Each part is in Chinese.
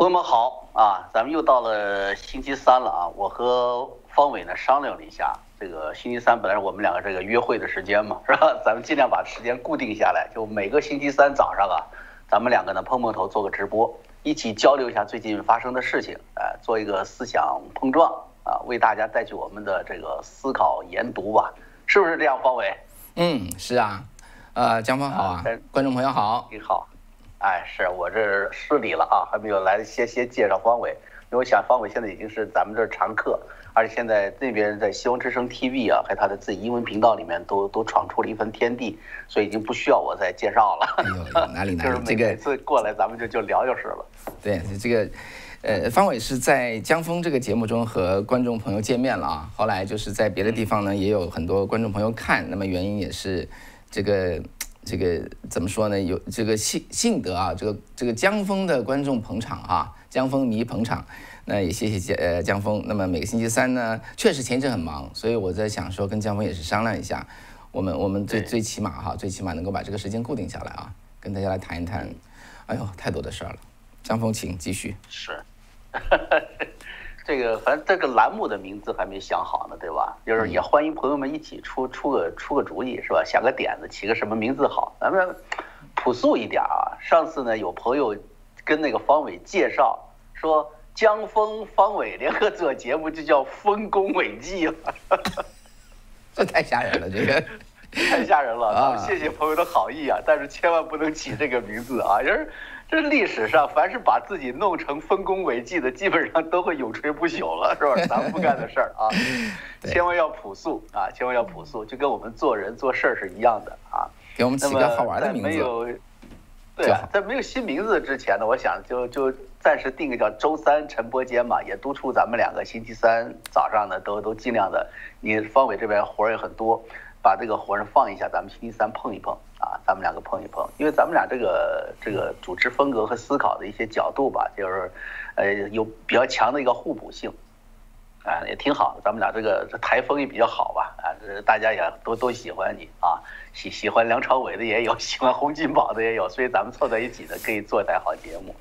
朋友们好啊，咱们又到了星期三了啊。我和方伟呢商量了一下，这个星期三本来是我们两个这个约会的时间嘛，是吧？咱们尽量把时间固定下来，就每个星期三早上啊，咱们两个呢碰碰头做个直播，一起交流一下最近发生的事情，做一个思想碰撞啊，为大家带去我们的这个思考研读吧，是不是这样，方伟？ 是啊，江峰好啊，观众朋友好， 你好。哎，是我这失礼了啊，还没有来先介绍方伟，因为我想方伟现在已经是咱们这儿常客，而且现在那边在希望之声 TV 啊，还有他的自己英文频道里面都闯出了一番天地，所以已经不需要我再介绍了。 哎呦，哪里就是每次过来咱们就聊就是了。 对，这个方伟是在江峰这个节目中和观众朋友见面了啊，后来就是在别的地方呢也有很多观众朋友看，那么原因也是这个怎么说呢？有这个幸得啊，这个江峰的观众捧场啊，江峰迷捧场，那也谢谢江峰。那么每个星期三呢，确实前一阵很忙，所以我在想说跟江峰也是商量一下，我们最起码能够把这个时间固定下来啊，跟大家来谈一谈。哎呦，太多的事儿了，江峰请继续。 是。这个反正这个栏目的名字还没想好呢，对吧？就是也欢迎朋友们一起出个主意，是吧？想个点子，起个什么名字好？咱们朴素一点啊。上次呢，有朋友跟那个方伟介绍说，江峰、方伟联合做节目就叫丰功伟绩了， 这太吓人了，这个太吓人了啊！谢谢朋友的好意啊，但是千万不能起这个名字啊，就是这历史上凡是把自己弄成丰功伟绩的，基本上都会永垂不朽了，是吧？咱们不干的事儿啊，千万要朴素啊，千万要朴素，就跟我们做人做事儿是一样的啊。 给我们起个好玩的名字。 对啊，在没有新名字之前呢，我想就暂时定个叫周三晨播间嘛，也督促咱们两个星期三早上呢都尽量的，你方伟这边活儿也很多，把这个活儿放一下，咱们星期三碰一碰啊，咱们两个碰一碰，因为咱们俩这个主持风格和思考的一些角度吧，就是有比较强的一个互补性。啊，也挺好的，咱们俩这台风也比较好吧？啊，这大家也都喜欢你啊，喜欢梁朝伟的也有，喜欢洪金宝的也有，所以咱们凑在一起呢，可以做一台好节目。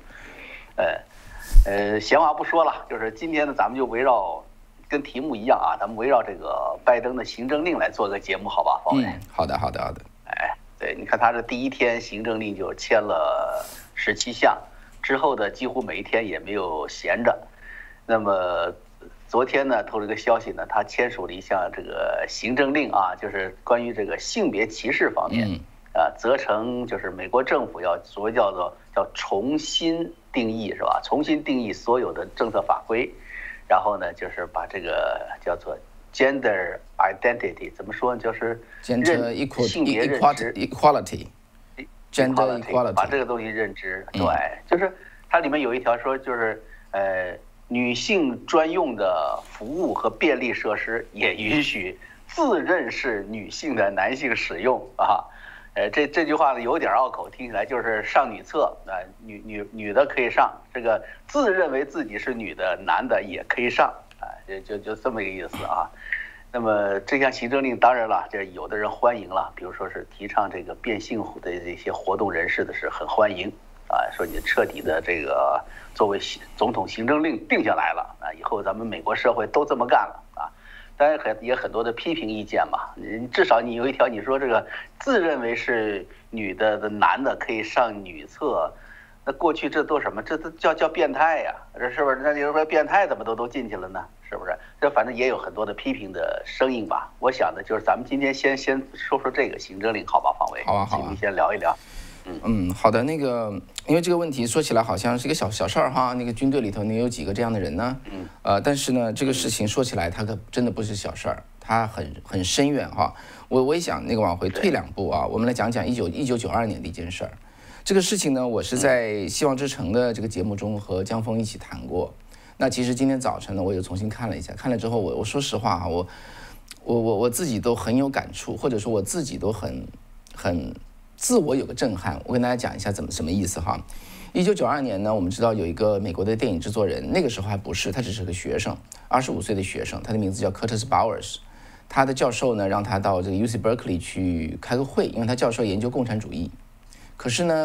闲话不说了，就是今天呢，咱们就围绕跟题目一样啊，咱们围绕这个拜登的行政令来做个节目，好吧？方伟， 好的。 哎，对，你看他这第一天行政令就签了17项，之后的几乎每一天也没有闲着。那么昨天呢，透了个消息呢，他签署了一项这个行政令啊，就是关于这个性别歧视方面，责成就是美国政府要所谓叫重新定义，是吧？重新定义所有的政策法规，然后呢，就是把这个叫做 gender identity 怎么说呢？就是 gender 性别认知 equality，gender equality， 把这个东西认知，对，就是它里面有一条说，就是女性专用的服务和便利设施也允许自认是女性的男性使用啊。这句话呢有点拗口，听起来就是上女厕啊，女的可以上，这个自认为自己是女的男的也可以上啊，就这么一个意思啊。那么这项行政令当然了，这有的人欢迎了，比如说是提倡这个变性的这些活动人士的是很欢迎啊，说你彻底的这个作为总统行政令定下来了啊，以后咱们美国社会都这么干了啊。当然也很多的批评意见嘛，至少你有一条，你说这个自认为是女的男的可以上女厕，那过去这都什么？这都叫变态呀，这是不是？那你说变态怎么都进去了呢？是不是？这反正也有很多的批评的声音吧。我想呢，就是咱们今天先说说这个行政令，好吧，方伟？ 好啊， 请你先聊一聊。 好的。那个，因为这个问题说起来好像是一个小事儿哈，那个军队里头能有几个这样的人呢？但是呢，这个事情说起来，它可真的不是小事儿，它很深远哈。我也想那个往回退2步啊，我们来讲讲1992年的一件事儿。这个事情呢，我是在希望之城的这个节目中和江峰一起谈过。那其实今天早晨呢，我又重新看了一下，看了之后我说实话哈，我自己都很有感触，或者说我自己都很自我有个震撼。我跟大家讲一下什么意思哈。1992年呢，我们知道有一个美国的电影制作人，那个时候还不是，他只是个学生，25岁的学生，他的名字叫 Curtis Bowers。他的教授呢让他到这个 UC Berkeley 去开个会，因为他教授研究共产主义。可是呢，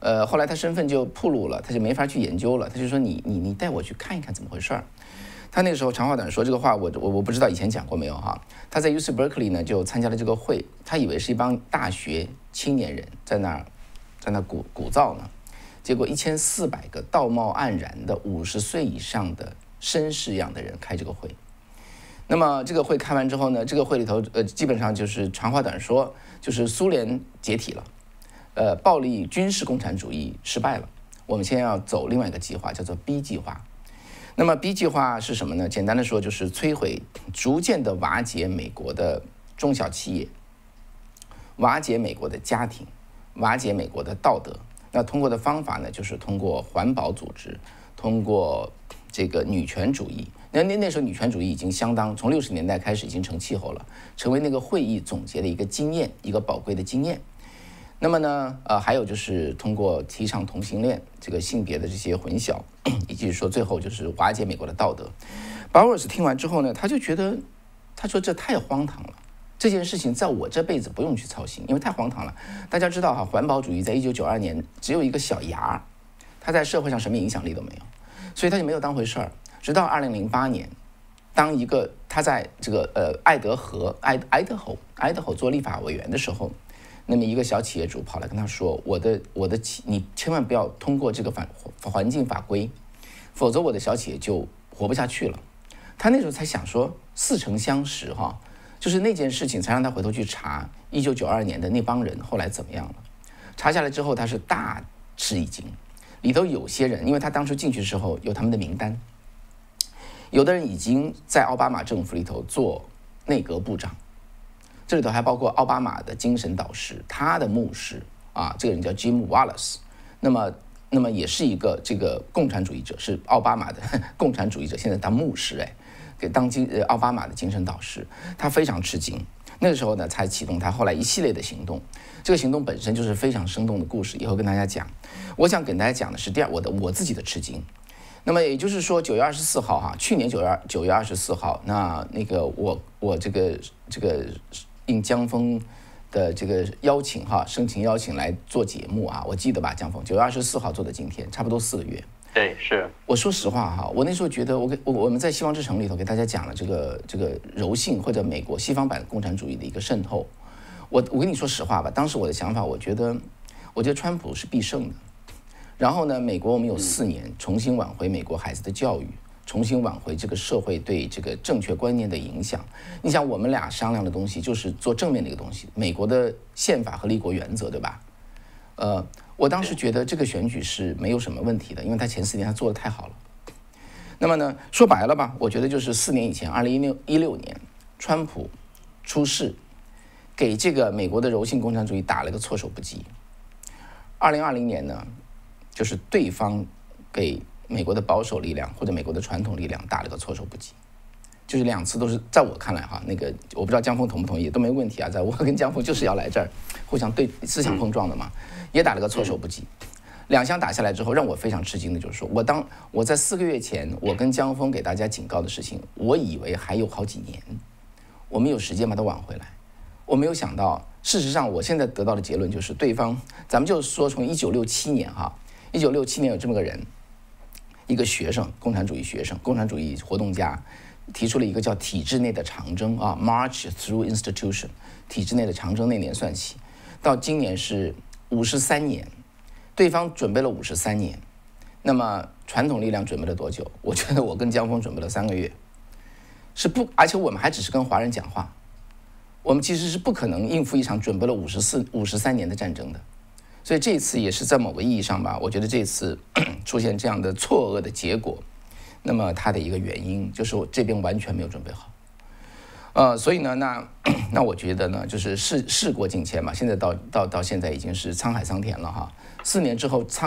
后来他身份就暴露了，他就没法去研究了。他就说你带我去看一看怎么回事儿。他那个时候长话短说这个话，我不知道以前讲过没有哈。他在 UC Berkeley 呢就参加了这个会，他以为是一帮大学青年人在那鼓噪呢，结果1400个道貌岸然的50岁以上的绅士一样的人开这个会。那么这个会开完之后呢，这个会里头基本上就是长话短说，就是苏联解体了，暴力军事共产主义失败了，我们现在要走另外一个计划，叫做 B 计划。那么 B 计划是什么呢？简单的说就是摧毁，逐渐的瓦解美国的中小企业，瓦解美国的家庭，瓦解美国的道德。那通过的方法呢，就是通过环保组织，通过这个女权主义。那时候女权主义已经相当，从60年代开始已经成气候了，成为那个会议总结的一个经验，一个宝贵的经验。那么呢，还有就是通过提倡同性恋这个性别的这些混淆，以及说最后就是瓦解美国的道德。鲍尔斯听完之后呢，他就觉得，他说这太荒唐了，这件事情在我这辈子不用去操心，因为太荒唐了。大家知道哈，环保主义在1992年只有一个小芽，它在社会上什么影响力都没有，所以他就没有当回事儿。直到2008年，当一个他在这个爱德侯做立法委员的时候，那么一个小企业主跑来跟他说：“你千万不要通过这个环境法规，否则我的小企业就活不下去了。”他那时候才想说，似曾相识哈，就是那件事情才让他回头去查1992年的那帮人后来怎么样了。查下来之后，他是大吃一惊，里头有些人，因为他当初进去的时候有他们的名单，有的人已经在奥巴马政府里头做内阁部长。这里头还包括奥巴马的精神导师，他的牧师啊，这个人叫 Jim Wallace， 那么也是一个这个共产主义者，是奥巴马的共产主义者，现在当牧师给当奥巴马的精神导师，他非常吃惊。那个时候呢，才启动他后来一系列的行动。这个行动本身就是非常生动的故事，以后跟大家讲。我想跟大家讲的是我自己的吃惊。那么也就是说，9月24号哈，去年9月24号，那个我这个应江峰的这个邀请哈，盛情邀请来做节目啊，我记得吧，江峰9月24号做的今天，差不多4个月。 对，是。 我说实话哈，我那时候觉得我们在西方之城里头给大家讲了这个柔性或者美国西方版共产主义的一个渗透。我跟你说实话吧，当时我的想法，我觉得川普是必胜的。然后呢，美国我们有4年重新挽回美国孩子的教育，重新挽回这个社会对这个正确观念的影响。你想，我们俩商量的东西就是做正面的一个东西，美国的宪法和立国原则，对吧？我当时觉得这个选举是没有什么问题的，因为他前4年他做得太好了。那么呢，说白了吧，我觉得就是4年以前，2016年，川普出事，给这个美国的柔性共产主义打了个措手不及。2020年呢，就是对方给美国的保守力量或者美国的传统力量打了个措手不及，就是2次都是在我看来哈，那个我不知道江峰同不同意，都没问题啊，在我跟江峰就是要来这儿互相对思想碰撞的嘛，也打了个措手不及。2枪打下来之后，让我非常吃惊的就是说，我在4个月前，我跟江峰给大家警告的事情，我以为还有好几年，我们有时间把它挽回来，我没有想到，事实上我现在得到的结论就是对方，咱们就说从1967年哈。1967年有这么个人，一个学生，共产主义学生，共产主义活动家，提出了一个叫体制内的长征啊 ，March through institution， 体制内的长征那年算起，到今年是53年，对方准备了53年，那么传统力量准备了多久？我觉得我跟江峰准备了3个月，而且我们还只是跟华人讲话，我们其实是不可能应付一场准备了53年的战争的。所以这次也是在某个意义上吧，我觉得这次出现这样的错愕的结果，那么它的一个原因就是我这边完全没有准备好，所以呢，那我觉得呢，就是事过境迁嘛，现在到现在已经是沧海桑田了哈，4年之后就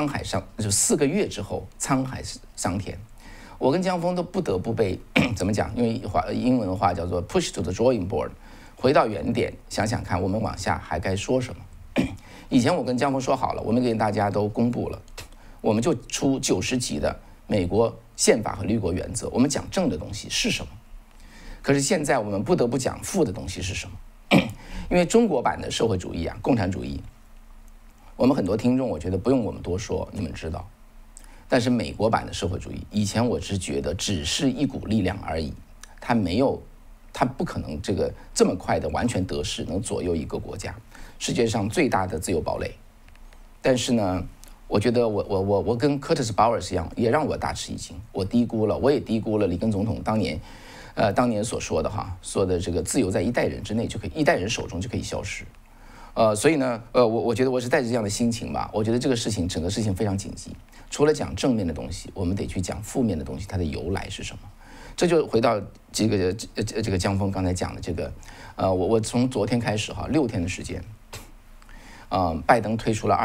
4个月之后沧海桑田，我跟江峰都不得不被怎么讲？因为英文的话叫做 push to the drawing board， 回到原点，想想看我们往下还该说什么。以前我跟江峰说好了，我们给大家都公布了，我们就出90集的美国宪法和立国原则，我们讲正的东西是什么。可是现在我们不得不讲负的东西是什么，因为中国版的社会主义啊，共产主义， 我们很多听众，我觉得不用我们多说，你们知道。但是美国版的社会主义，以前我只觉得只是一股力量而已，它不可能这么快的完全得势，能左右一个国家，世界上最大的自由堡垒。但是呢，我觉得我跟柯特斯鲍尔斯一样，也让我大吃一惊。我也低估了里根总统当年所说的这个自由在一代人之内就可以，一代人手中就可以消失。所以呢，我觉得我是带着这样的心情吧。我觉得这个事情，整个事情非常紧急。除了讲正面的东西，我们得去讲负面的东西，它的由来是什么？这就回到这个江峰刚才讲的这个，我从昨天开始6天的时间，拜登推出了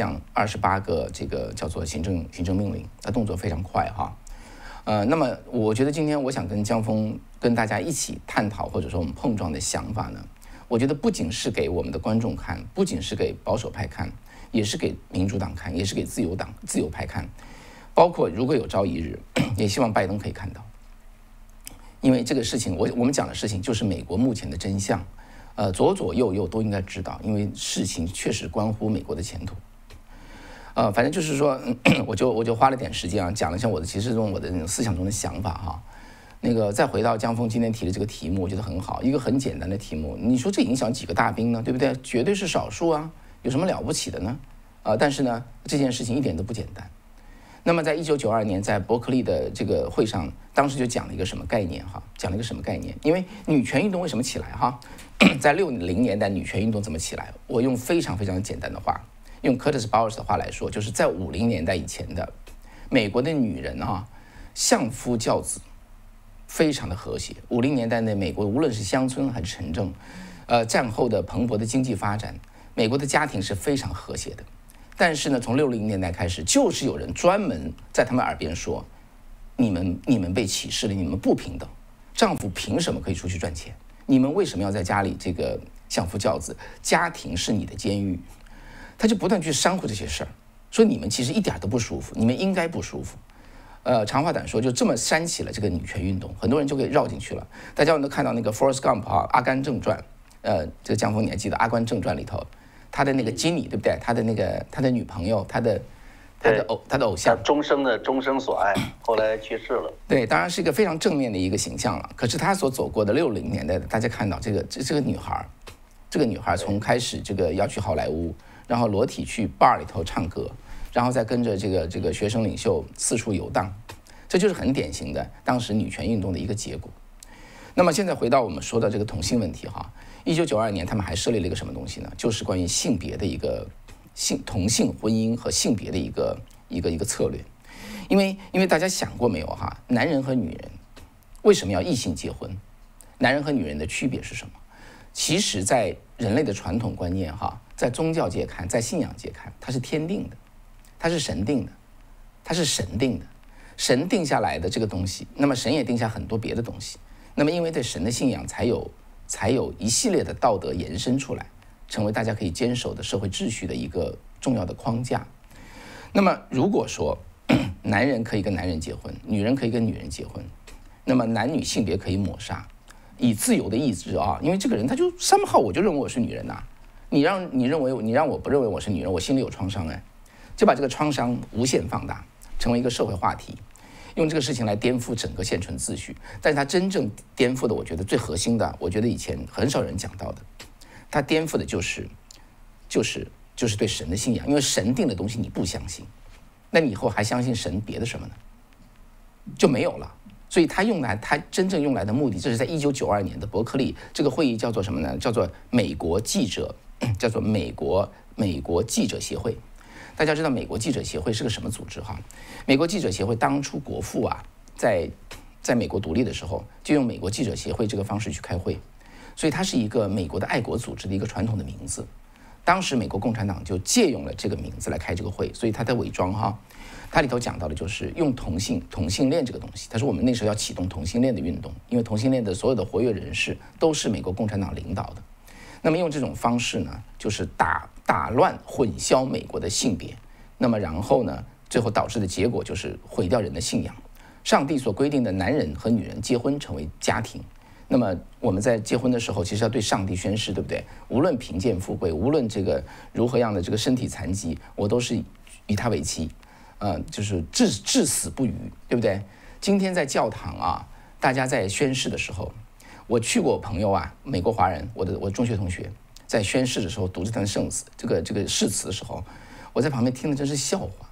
28个这个叫做行政命令，他动作非常快哈。那么我觉得今天我想跟江峰跟大家一起探讨，或者说我们碰撞的想法呢，我觉得不仅是给我们的观众看，不仅是给保守派看，也是给民主党看，也是给自由派看，包括如果有朝一日，也希望拜登可以看到，因为这个事情，我们讲的事情就是美国目前的真相，左右都应该知道，因为事情确实关乎美国的前途。反正就是说，我就花了点时间讲了一下我的那种思想中的想法哈。那个再回到江峰今天提的这个题目，我觉得很好，一个很简单的题目，你说这影响几个大兵呢？对不对？绝对是少数啊，有什么了不起的呢？但是呢，这件事情一点都不简单。那么在1992年在伯克利的这个会上，当时就讲了一个什么概念哈？讲了一个什么概念？因为女权运动为什么起来哈？在60年代女权运动怎么起来？我用非常非常简单的话，用柯特斯鲍尔斯的话来说，就是在50年代以前的美国的女人相夫教子，非常的和谐。50年代的美国，无论是乡村还是城镇，战后的蓬勃的经济发展，美国的家庭是非常和谐的。但是呢，从60年代开始，就是有人专门在他们耳边说，你们被歧视了，你们不平等，丈夫凭什么可以出去赚钱？你们为什么要在家里这个相夫教子？家庭是你的监狱。他就不断去煽乎这些事儿，说你们其实一点都不舒服，你们应该不舒服。长话短说，就这么煽起了这个女权运动，很多人就给绕进去了。大家都看到那个 Forrest Gump 阿甘正传，这个江峰你还记得《阿甘正传》里头，他的那个基尼对不对？他的女朋友，他的偶像， 终生所爱，后来去世了。 对，当然是一个非常正面的一个形象了。可是他所走过的60年代的，大家看到这个女孩从开始这个要去好莱坞，然后裸体去 bar 里头唱歌，然后再跟着这个学生领袖四处游荡，这就是很典型的当时女权运动的一个结果。那么现在回到我们说的这个同性问题哈，1992年他们还设立了一个什么东西呢？就是关于性别的一个同性婚姻和性别的一个策略。因为大家想过没有哈，男人和女人为什么要异性结婚？男人和女人的区别是什么？其实，在人类的传统观念哈，在宗教界看，在信仰界看，它是天定的，它是神定的，它是神定的，神定下来的这个东西，那么神也定下很多别的东西，那么因为对神的信仰，才有一系列的道德延伸出来，成为大家可以坚守的社会秩序的一个重要的框架。那么如果说男人可以跟男人结婚，女人可以跟女人结婚，那么男女性别可以抹杀。以自由的意志因为这个人他就somehow我就认为我是女人呐，你让我不认为我是女人，我心里有创伤就把这个创伤无限放大，成为一个社会话题，用这个事情来颠覆整个现存秩序。但是他真正颠覆的，我觉得最核心的，我觉得以前很少人讲到的，他颠覆的就是对神的信仰，因为神定的东西你不相信，那你以后还相信神别的什么呢？就没有了。所以他真正用来的目的，这是在1992年的伯克利这个会议叫做什么呢？叫做美国记者协会。大家知道美国记者协会是个什么组织哈？美国记者协会当初国父在美国独立的时候，就用美国记者协会这个方式去开会，所以它是一个美国的爱国组织的一个传统的名字。当时美国共产党就借用了这个名字来开这个会，所以他在伪装哈。它里头讲到的就是用同性恋这个东西。他说我们那时候要启动同性恋的运动，因为同性恋的所有的活跃人士都是美国共产党领导的。那么用这种方式呢，就是打乱混淆美国的性别。那么然后呢，最后导致的结果就是毁掉人的信仰。上帝所规定的男人和女人结婚成为家庭， 那么我们在结婚的时候，其实要对上帝宣誓，对不对？无论贫贱富贵，无论这个如何样的这个身体残疾，我都是以他为妻，就是至死不渝，对不对？今天在教堂啊，大家在宣誓的时候，我去过我朋友啊，美国华人，我中学同学在宣誓的时候读这段圣词，这个誓词的时候，我在旁边听的真是笑话。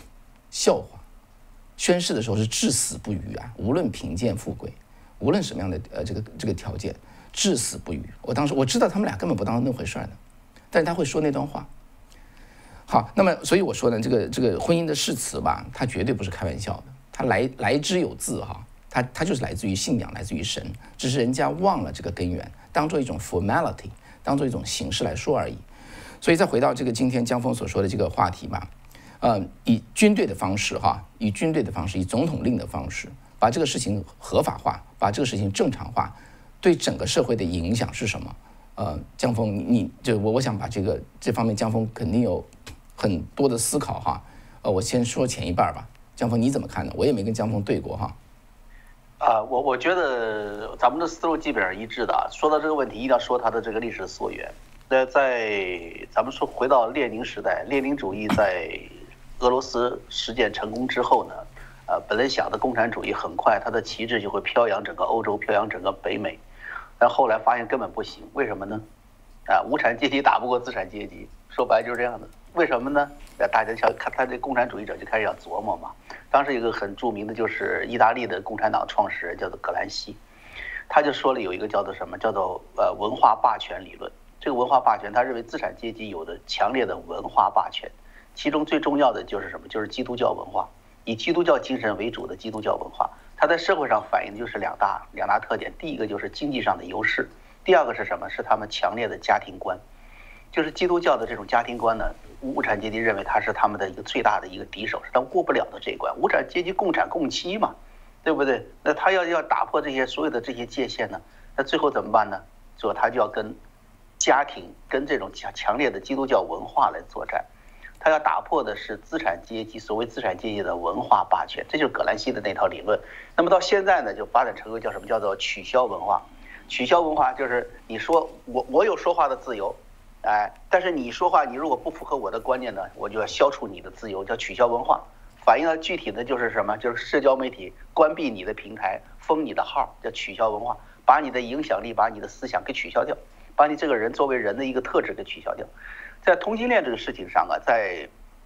宣誓的时候是至死不渝啊，无论贫贱富贵，无论什么样的这个条件，至死不渝。我当时我知道他们俩根本不当那回事呢，但是他会说那段话。好，那么所以我说呢，这个婚姻的誓词吧，它绝对不是开玩笑的，它来之有自哈，它就是来自于信仰，来自于神，只是人家忘了这个根源，当做一种 formality， 当做一种形式来说而已。所以再回到这个今天江峰所说的这个话题吧。以军队的方式以总统令的方式，把这个事情合法化，把这个事情正常化，对整个社会的影响是什么？江峰，我想把这方面江峰肯定有很多的思考哈。我先说前一半吧，江峰你怎么看呢？我也没跟江峰对过哈。 我觉得咱们的思路基本上一致的。说到这个问题，一定要说它的这个历史溯源。在咱们说回到列宁时代，列宁主义在俄罗斯实践成功之后呢，本来想的共产主义很快它的旗帜就会飘扬整个欧洲，飘扬整个北美，但后来发现根本不行，为什么呢？无产阶级打不过资产阶级，说白了就是这样的。为什么呢？大家想看他这共产主义者就开始要琢磨嘛。当时有一个很著名的就是意大利的共产党创始人叫做葛兰西，他就说了有一个叫做什么，叫做文化霸权理论。这个文化霸权，他认为资产阶级有的强烈的文化霸权。其中最重要的就是什么？就是基督教文化，以基督教精神为主的基督教文化，它在社会上反映的就是两大特点。第一个就是经济上的优势，第二个是什么？是他们强烈的家庭观。就是基督教的这种家庭观呢，无产阶级认为它是他们的一个最大的一个敌手，是他们过不了的这一关。无产阶级共产共妻嘛，对不对？那他要打破这些所有的这些界限呢，那最后怎么办呢？最后他就要跟家庭跟这种强烈的基督教文化来作战。他要打破的是所谓资产阶级的文化霸权，这就是葛兰西的那套理论。那么到现在呢，就发展成一个叫什么？叫做取消文化。取消文化就是你说我有说话的自由，但是你说话你如果不符合我的观念呢，我就要消除你的自由，叫取消文化。反映了具体的就是什么？就是社交媒体关闭你的平台，封你的号，叫取消文化，把你的影响力、把你的思想给取消掉，把你这个人作为人的一个特质给取消掉。在同性恋这个事情上啊，在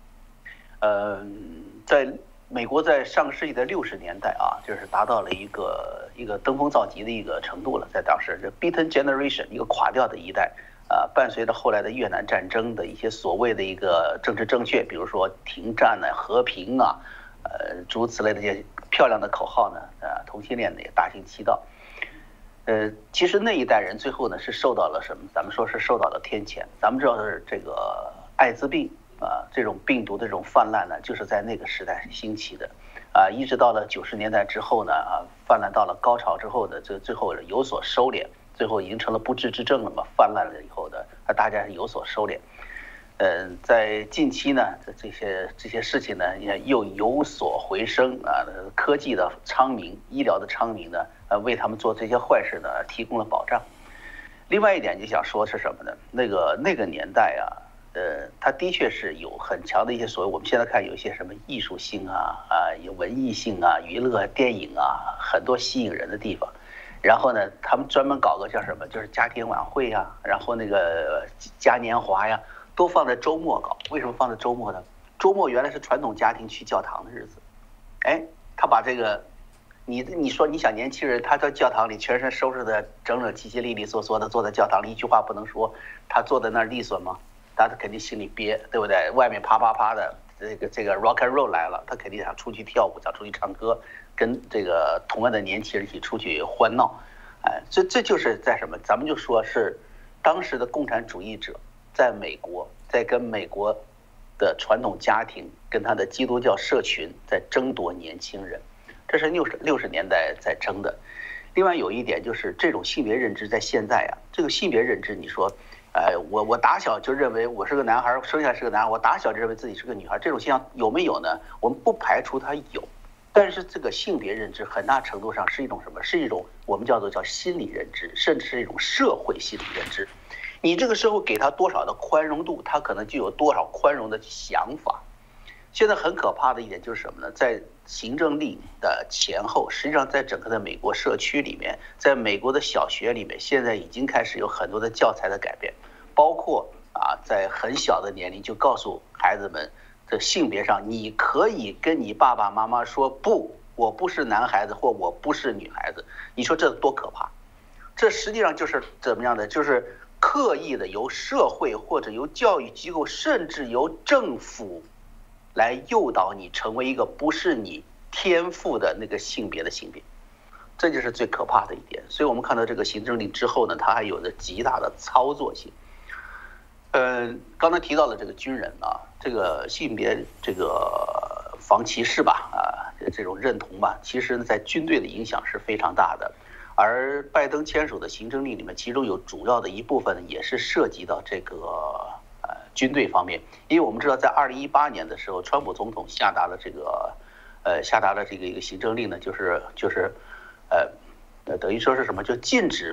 美国在上个世纪的60年代啊，就是达到了一个登峰造极的一个程度了。在当时，这 Beaten Generation 一个垮掉的一代，伴随着后来的越南战争的一些所谓的一个政治正确，比如说停战啊、和平啊，诸如此类的这些漂亮的口号呢，同性恋呢也大行其道。其实那一代人最后呢是受到了什么？咱们说是受到了天谴。咱们知道是这个艾滋病这种病毒的这种泛滥呢，就是在那个时代兴起的，一直到了90年代之后呢，泛滥到了高潮之后的这最后有所收敛，最后已经成了不治之症了嘛。泛滥了以后的，大家是有所收敛。在近期呢，这些事情呢也又有所回升啊，科技的昌明，医疗的昌明呢，为他们做这些坏事呢提供了保障。另外一点就想说是什么呢？那个年代啊，它的确是有很强的一些所谓我们现在看有一些什么艺术性有文艺性娱乐电影很多吸引人的地方。然后呢，他们专门搞个叫什么，就是家庭晚会然后那个嘉年华都放在周末搞。为什么放在周末呢？周末原来是传统家庭去教堂的日子，他把这个，你说你想年轻人，他在教堂里全身收拾的整整齐齐、利利索索的坐在教堂里，一句话不能说，他坐在那儿利索吗？他肯定心里憋，对不对？外面啪啪啪的这个 rock and roll 来了，他肯定想出去跳舞，想出去唱歌，跟这个同样的年轻人一起出去欢闹，这就是在什么？咱们就说是当时的共产主义者在美国，在跟美国的传统家庭跟他的基督教社群在争夺年轻人，这是60年代在争的。另外有一点就是这种性别认知在现在这个性别认知，你说，我打小就认为我是个男孩，生下来是个男孩，我打小就认为自己是个女孩，这种现象有没有呢？我们不排除它有， 但是这个性别认知很大程度上是一种什么？是一种我们叫心理认知，甚至是一种社会心理认知。你这个社会给他多少的宽容度，他可能就有多少宽容的想法。现在很可怕的一点就是什么呢？在行政令的前后，实际上在整个的美国社区里面，在美国的小学里面，现在已经开始有很多的教材的改变，包括在很小的年龄就告诉孩子们的性别上，你可以跟你爸爸妈妈说不，我不是男孩子或我不是女孩子。你说这多可怕？这实际上就是怎么样的？就是刻意的由社会或者由教育机构，甚至由政府来诱导你成为一个不是你天赋的那个性别，这就是最可怕的一点。所以我们看到这个行政令之后呢，它还有着极大的操作性。刚才提到了这个军人这个性别这个防歧视吧这种认同吧，其实呢在军队的影响是非常大的。而拜登签署的行政令里面，其中有主要的一部分也是涉及到这个军队方面，因为我们知道在2018年的时候，川普总统下达了这个一个行政令呢，等于说是什么，就禁止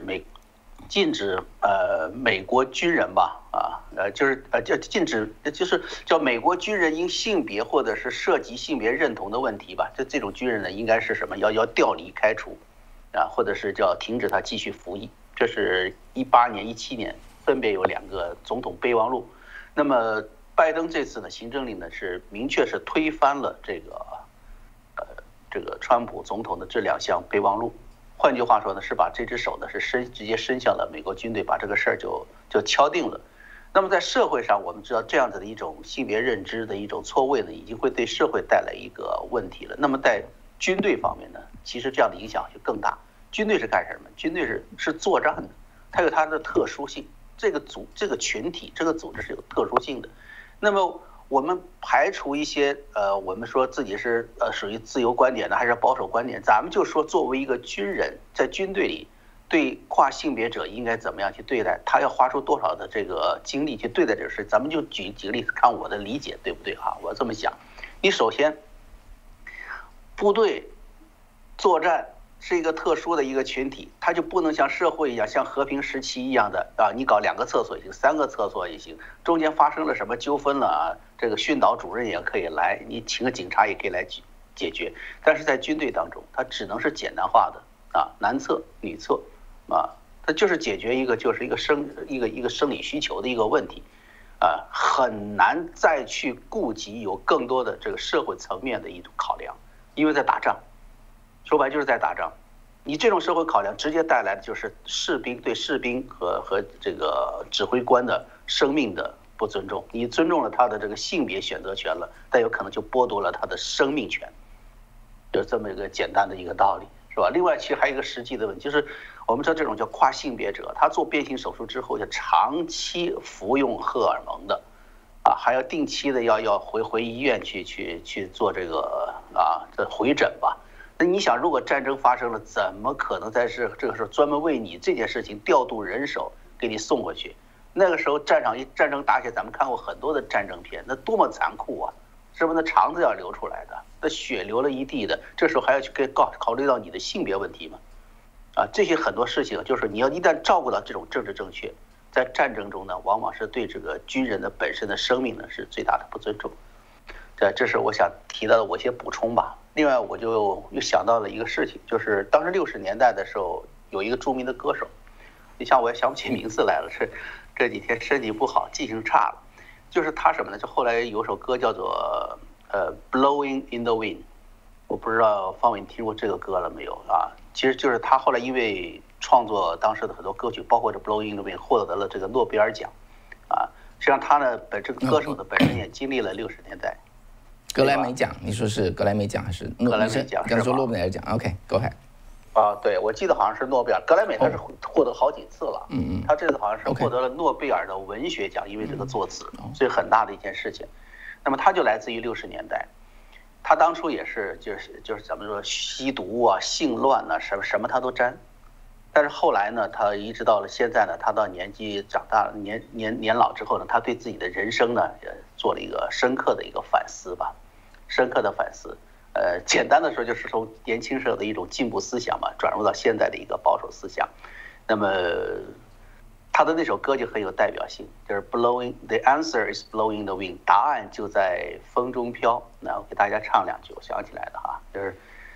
美国军人吧叫禁止，就是叫美国军人因性别或者是涉及性别认同的问题吧，这种军人呢应该是什么要调离开除或者是叫停止他继续服役。这是18年、17年分别有2个总统备忘录。那么拜登这次的行政令呢，是明确是推翻了这个川普总统的这2项备忘录。换句话说呢，是把这只手呢是直接伸向了美国军队，把这个事儿就敲定了。那么在社会上，我们知道这样子的一种性别认知的一种错位呢，已经会对社会带来一个问题了。那么在军队方面呢，其实这样的影响就更大。军队是干什么？军队是作战的，它有它的特殊性。这个群体这个组织是有特殊性的。那么我们排除一些我们说自己是属于自由观点的还是保守观点，咱们就说作为一个军人，在军队里对跨性别者应该怎么样去对待，他要花出多少的这个精力去对待这个事。咱们就举几个例子，看我的理解对不对我这么想。你首先部队作战是一个特殊的一个群体，它就不能像社会一样，像和平时期一样的你搞2个厕所也行，3个厕所也行，中间发生了什么纠纷了这个训导主任也可以来，你请个警察也可以来解决。但是在军队当中，它只能是简单化的男厕女厕它就是解决一个生理需求的一个问题很难再去顾及有更多的这个社会层面的一种考量，因为在打仗。说白就是在打仗，你这种社会考量直接带来的就是士兵和这个指挥官的生命的不尊重。你尊重了他的这个性别选择权了，但有可能就剥夺了他的生命权，就这么一个简单的一个道理，是吧？另外，其实还有一个实际的问题，就是我们知道这种叫跨性别者，他做变性手术之后，就长期服用荷尔蒙的还要定期的要回医院去做这个这回诊吧。那你想，如果战争发生了，怎么可能在这个时候专门为你这件事情调度人手给你送回去？那个时候战争打起来，咱们看过很多的战争片，那多么残酷是不是？那肠子要流出来的，那血流了一地的，这时候还要去考虑到你的性别问题吗？这些很多事情就是你要一旦照顾到这种政治正确，在战争中呢，往往是对这个军人的本身的生命呢是最大的不尊重。这是我想提到的我一些补充吧。另外，我就又想到了一个事情，就是当时60年代的时候，有一个著名的歌手，你像我也想不起名字来了，是这几天身体不好，记性差了。就是他什么呢？就后来有首歌叫做Blowing in the Wind， 我不知道方伟你听过这个歌了没有其实就是他后来因为创作当时的很多歌曲，包括这 Blowing in the Wind， 获得了这个诺贝尔奖实际上他呢这个歌手的本身也经历了60年代。 格莱美奖，你说是格莱美奖还是格莱美奖？ 刚说诺贝尔奖 ，OK，go ahead。 对，我记得好像是诺贝尔，格莱美他是获得好几次了。他这次好像是获得了诺贝尔的文学奖，因为这个作词，所以很大的一件事情。那么他就来自于60年代，他当初也是就是怎么说吸毒性乱什么他都沾。但是后来呢，他一直到了现在呢，他到年纪长大了，年老之后呢，他对自己的人生呢也做了一个深刻的一个反思吧。深刻的反思简单的说就是从年轻时候的一种进步思想嘛，转入到现在的一个保守思想。那么他的那首歌就很有代表性，就是 Blowing the answer is blowing the wind， 答案就在风中飘。那我给大家唱两句，我想起来的哈，就是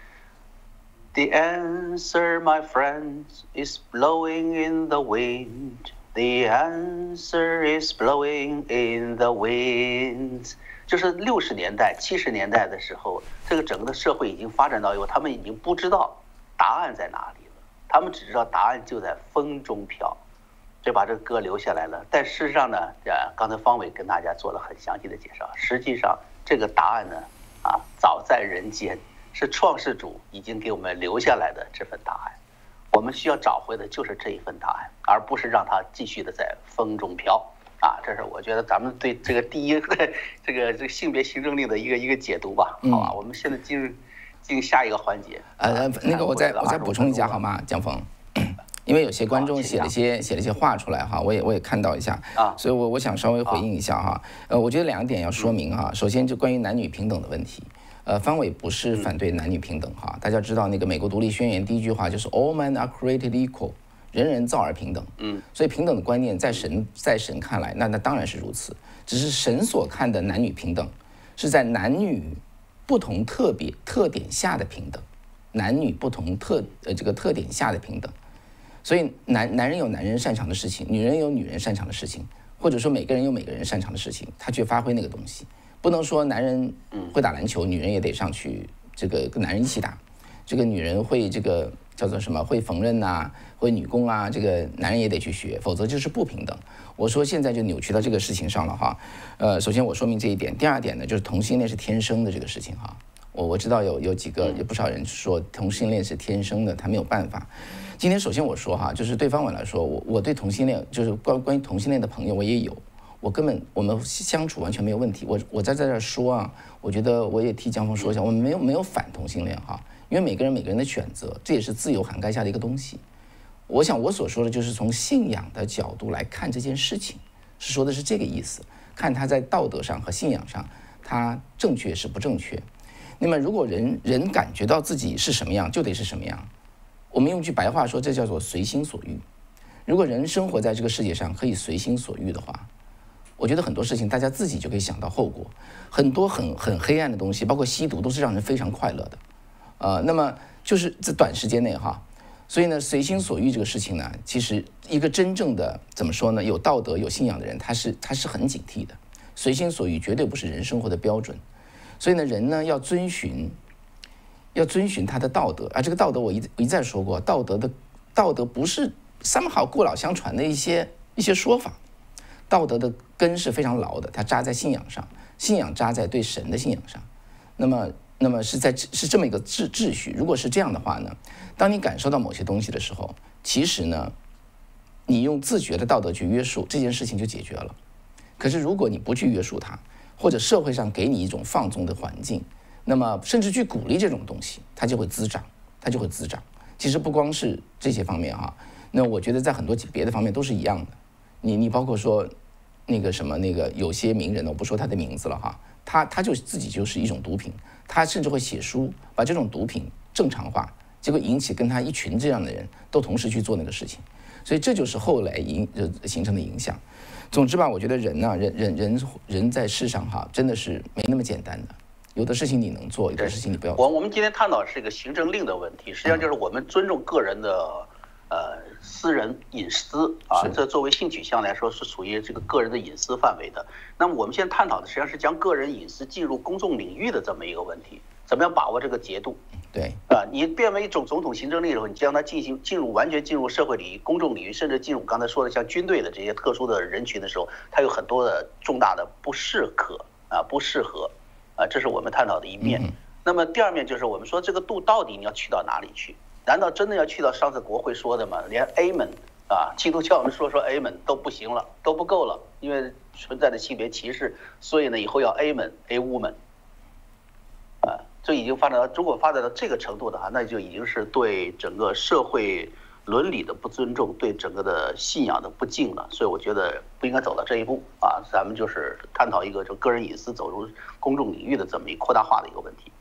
The answer, my friends, is blowing in the wind. The answer is blowing in the wind. 就是60年代、70年代的时候，这个整个的社会已经发展到以后，他们已经不知道答案在哪里了，他们只知道答案就在风中飘。就把这个歌留下来了。但事实上呢，刚才方伟跟大家做了很详细的介绍。实际上，这个答案呢，早在人间，是创世主已经给我们留下来的这份答案。我们需要找回的就是这一份答案，而不是让它继续的在风中飘。这是我觉得咱们对这个第一个这个性别行政令的一个解读吧。好吧，我们现在进入下一个环节。 那个我再补充一下好吗，江峰？因为有些观众写了些话出来哈，我也看到一下所以我想稍微回应一下哈。我觉得2点要说明哈。首先就关于男女平等的问题，方伟不是反对男女平等哈。大家知道那个美国独立宣言第一句话就是 All men are created equal， 人人造而平等。所以平等的观念在神看来，那当然是如此。只是神所看的男女平等，是在男女不同特点下的平等，男女不同特点下的平等。所以男人有男人擅长的事情，女人有女人擅长的事情，或者说每个人有每个人擅长的事情，他去发挥那个东西。不能说男人会打篮球，女人也得上去这个跟男人一起打。这个女人会这个叫做什么？会缝纫啊，会女工啊，这个男人也得去学，否则就是不平等。我说现在就扭曲到这个事情上了哈。首先我说明这一点，第二点呢，就是同性恋是天生的这个事情哈。我知道有不少人说同性恋是天生的，他没有办法。今天首先我说哈，就是对方伟来说，我对同性恋就是关于同性恋的朋友我也有，我们相处完全没有问题。我在这说啊，我觉得我也替江峰说一下，我们没有反同性恋哈，因为每个人的选择，这也是自由涵盖下的一个东西。我想我所说的就是从信仰的角度来看这件事情，是说的是这个意思，看他在道德上和信仰上他正确是不正确。那么如果人感觉到自己是什么样，就得是什么样。我们用句白话说，这叫做随心所欲。如果人生活在这个世界上可以随心所欲的话，我觉得很多事情大家自己就可以想到后果。很多很黑暗的东西，包括吸毒，都是让人非常快乐的。那么就是在短时间内哈，所以呢，随心所欲这个事情呢，其实一个真正的怎么说呢，有道德有信仰的人，他是很警惕的。随心所欲绝对不是人生活的标准。所以呢，人呢要遵循他的道德。这个道德我一再说过，道德不是somehow过老相传的一些说法。道德的根是非常牢的，它扎在信仰上，信仰扎在对神的信仰上。那么是这么一个秩序。如果是这样的话呢，当你感受到某些东西的时候，其实呢，你用自觉的道德去约束这件事情就解决了。可是如果你不去约束它，或者社会上给你一种放纵的环境，那么甚至去鼓励这种东西，它就会滋长。其实不光是这些方面哈，那我觉得在很多别的方面都是一样的。你包括说那个什么那个有些名人呢，我不说他的名字了哈，他就自己就是一种毒品，他甚至会写书把这种毒品正常化，结果引起跟他一群这样的人都同时去做那个事情，所以这就是后来形成的影响。总之吧，我觉得人呢，人在世上哈，真的是没那么简单的。有的事情你能做，有的事情你不要做。 我们今天探讨是一个行政令的问题，实际上就是我们尊重个人的私人隐私这作为性取向来说是属于这个个人的隐私范围的。那么我们现在探讨的实际上是将个人隐私进入公众领域的这么一个问题，怎么样把握这个节度？ 对你变为一种总统行政令的时候，你将它完全进入社会领域、公众领域，甚至进入刚才说的像军队的这些特殊的人群的时候，它有很多的重大的不适合这是我们探讨的一面。那么第二面就是我们说这个度到底你要去到哪里去？难道真的要去到上次国会说的吗？连 Amen 基督教我们说 Amen 都不行了，都不够了，因为存在的性别歧视，所以呢以后要 Amen A woman 这已经发展到，如果发展到这个程度的话，那就已经是对整个社会伦理的不尊重，对整个的信仰的不敬了。所以我觉得不应该走到这一步咱们就是探讨一个就个人隐私走入公众领域的这么一个扩大化的一个问题。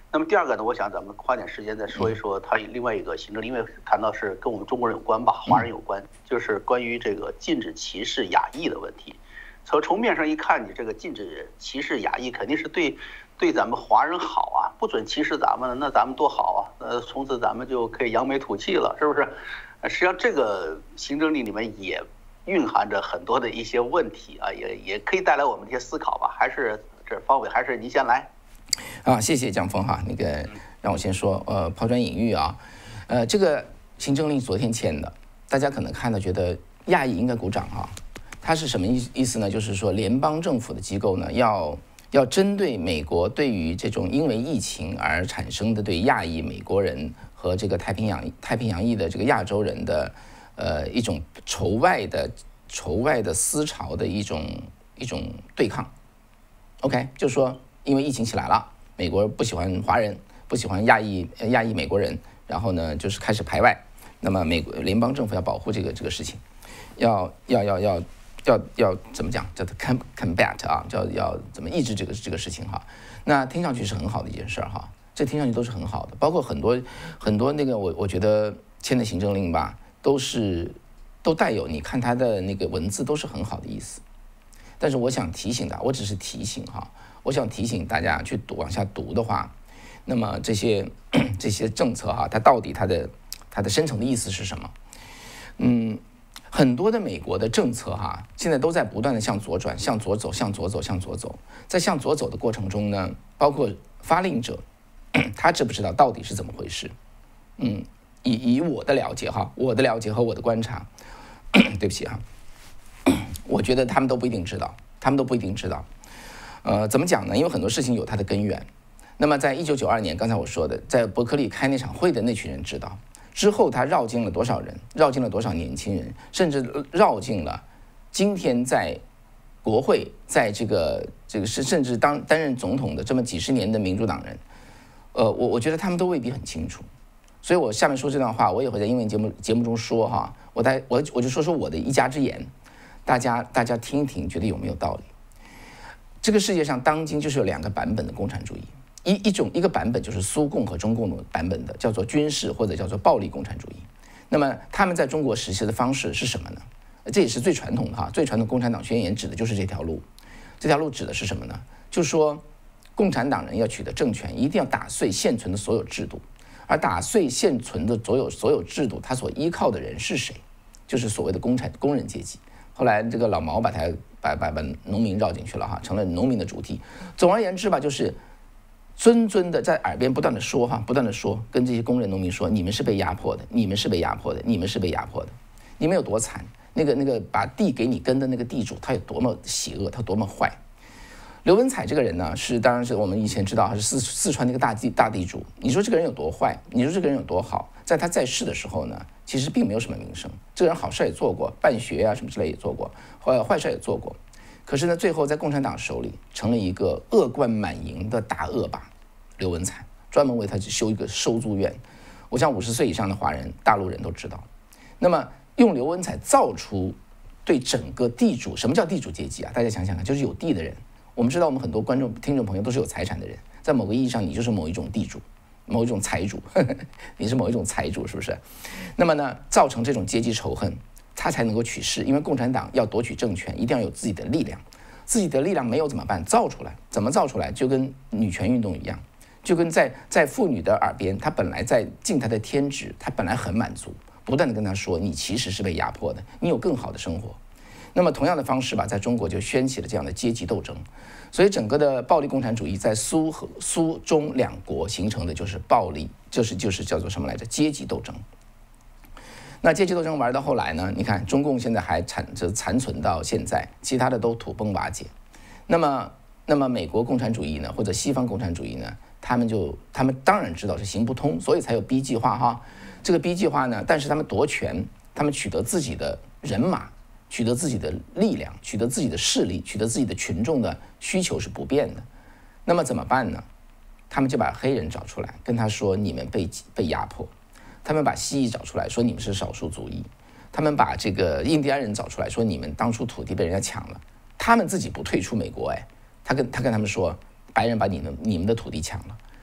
那么第二个呢，我想咱们花点时间再说一说它另外一个行政，因为谈到是跟我们中国人有关吧，华人有关，就是关于这个禁止歧视亚裔的问题。从面上一看，你这个禁止歧视亚裔肯定是对咱们华人好啊，不准歧视咱们，那咱们多好啊，从此咱们就可以扬眉吐气了，是不是？实际上这个行政令里面也蕴含着很多的一些问题啊，也可以带来我们一些思考吧。还是这方伟，还是您先来。 啊，谢谢蒋峰哈，那个让我先说，抛砖引玉啊，这个行政令昨天签的，大家可能看到觉得亚裔应该鼓掌啊，它是什么意思呢？就是说联邦政府的机构呢，要针对美国对于这种因为疫情而产生的对亚裔美国人和这个太平洋裔的这个亚洲人的一种仇外的思潮的一种对抗。OK， 就是说因为疫情起来了，美国不喜欢华人，不喜欢亚裔美国人，然后呢就是开始排外。那么美国联邦政府要保护这个事情，要怎么讲？叫做 combat 啊，要怎么抑制这个事情哈？那听上去是很好的一件事哈，这听上去都是很好的，包括很多那个我觉得签的行政令吧，都带有你看它的那个文字都是很好的意思。但是我想提醒我只是提醒哈，我想提醒大家去往下读的话，那么这些政策哈，它到底它的深层的意思是什么？很多的美国的政策哈，现在都在不断的向左转，向左走，向左走，向左走。在向左走的过程中呢，包括发令者，他知不知道到底是怎么回事？以我的了解哈，我的了解和我的观察，对不起哈，我觉得他们都不一定知道，怎么讲呢？因为很多事情有它的根源。那么在1992年，刚才我说的，在伯克利开那场会的那群人知道。之后他绕进了多少人，绕进了多少年轻人，甚至绕进了今天在国会，在这个甚至担任总统的这么几十年的民主党人，我觉得他们都未必很清楚。所以我下面说这段话，我也会在英文节目中说哈，我就说我的一家之言，大家听一听，觉得有没有道理？这个世界上当今就是有两个版本的共产主义。一个版本就是苏共和中共的版本的，叫做军事或者叫做暴力共产主义。那么他们在中国实施的方式是什么呢？这也是最传统的哈，最传统共产党宣言指的就是这条路。这条路指的是什么呢？就是说共产党人要取得政权，一定要打碎现存的所有制度，而打碎现存的所有制度，他所依靠的人是谁？就是所谓的工人阶级。后来这个老毛把农民绕进去了哈，成了农民的主体。总而言之吧，就是谆的在耳边不断的说，跟这些工人农民说，你们是被压迫的，你们是被压迫的，你们是被压迫的，你们有多惨？那个把地给你耕的那个地主，他有多么邪恶，他多么坏。刘文彩这个人呢，当然是我们以前知道他是四川那个大地主。你说这个人有多坏？你说这个人有多好？在他在世的时候呢，其实并没有什么名声。这个人好事也做过，办学啊什么之类也做过，坏事也做过。可是呢，最后在共产党手里成了一个恶贯满盈的大恶霸。刘文彩专门为他修一个收租院，我想50岁以上的华人、大陆人都知道。那么用刘文彩造出对整个地主，什么叫地主阶级啊？大家想想看，就是有地的人。我们知道，我们很多听众朋友都是有财产的人，在某个意义上，你就是某一种地主，某一种财主，你是某一种财主，是不是？那么呢，造成这种阶级仇恨，他才能够取势。因为共产党要夺取政权，一定要有自己的力量，自己的力量没有怎么办？造出来，怎么造出来？就跟女权运动一样，就跟在妇女的耳边，她本来在尽她的天职，她本来很满足，不断的跟她说，你其实是被压迫的，你有更好的生活。那么同样的方式吧，在中国就掀起了这样的阶级斗争，所以整个的暴力共产主义在苏中两国形成的就是暴力，就是叫做什么来着？阶级斗争。那阶级斗争玩到后来呢？你看中共现在还残存到现在，其他的都土崩瓦解。那么美国共产主义呢，或者西方共产主义呢，他们当然知道是行不通，所以才有 B 计划哈。这个 B 计划呢，但是他们夺权，他们取得自己的人马。取得自己的力量，取得自己的势力，取得自己的群众的需求是不变的。那么怎么办呢？他们就把黑人找出来，跟他说你们被压迫；他们把西裔找出来说你们是少数族裔；他们把这个印第安人找出来说你们当初土地被人家抢了。他们自己不退出美国，他跟他们说白人把你们的土地抢了。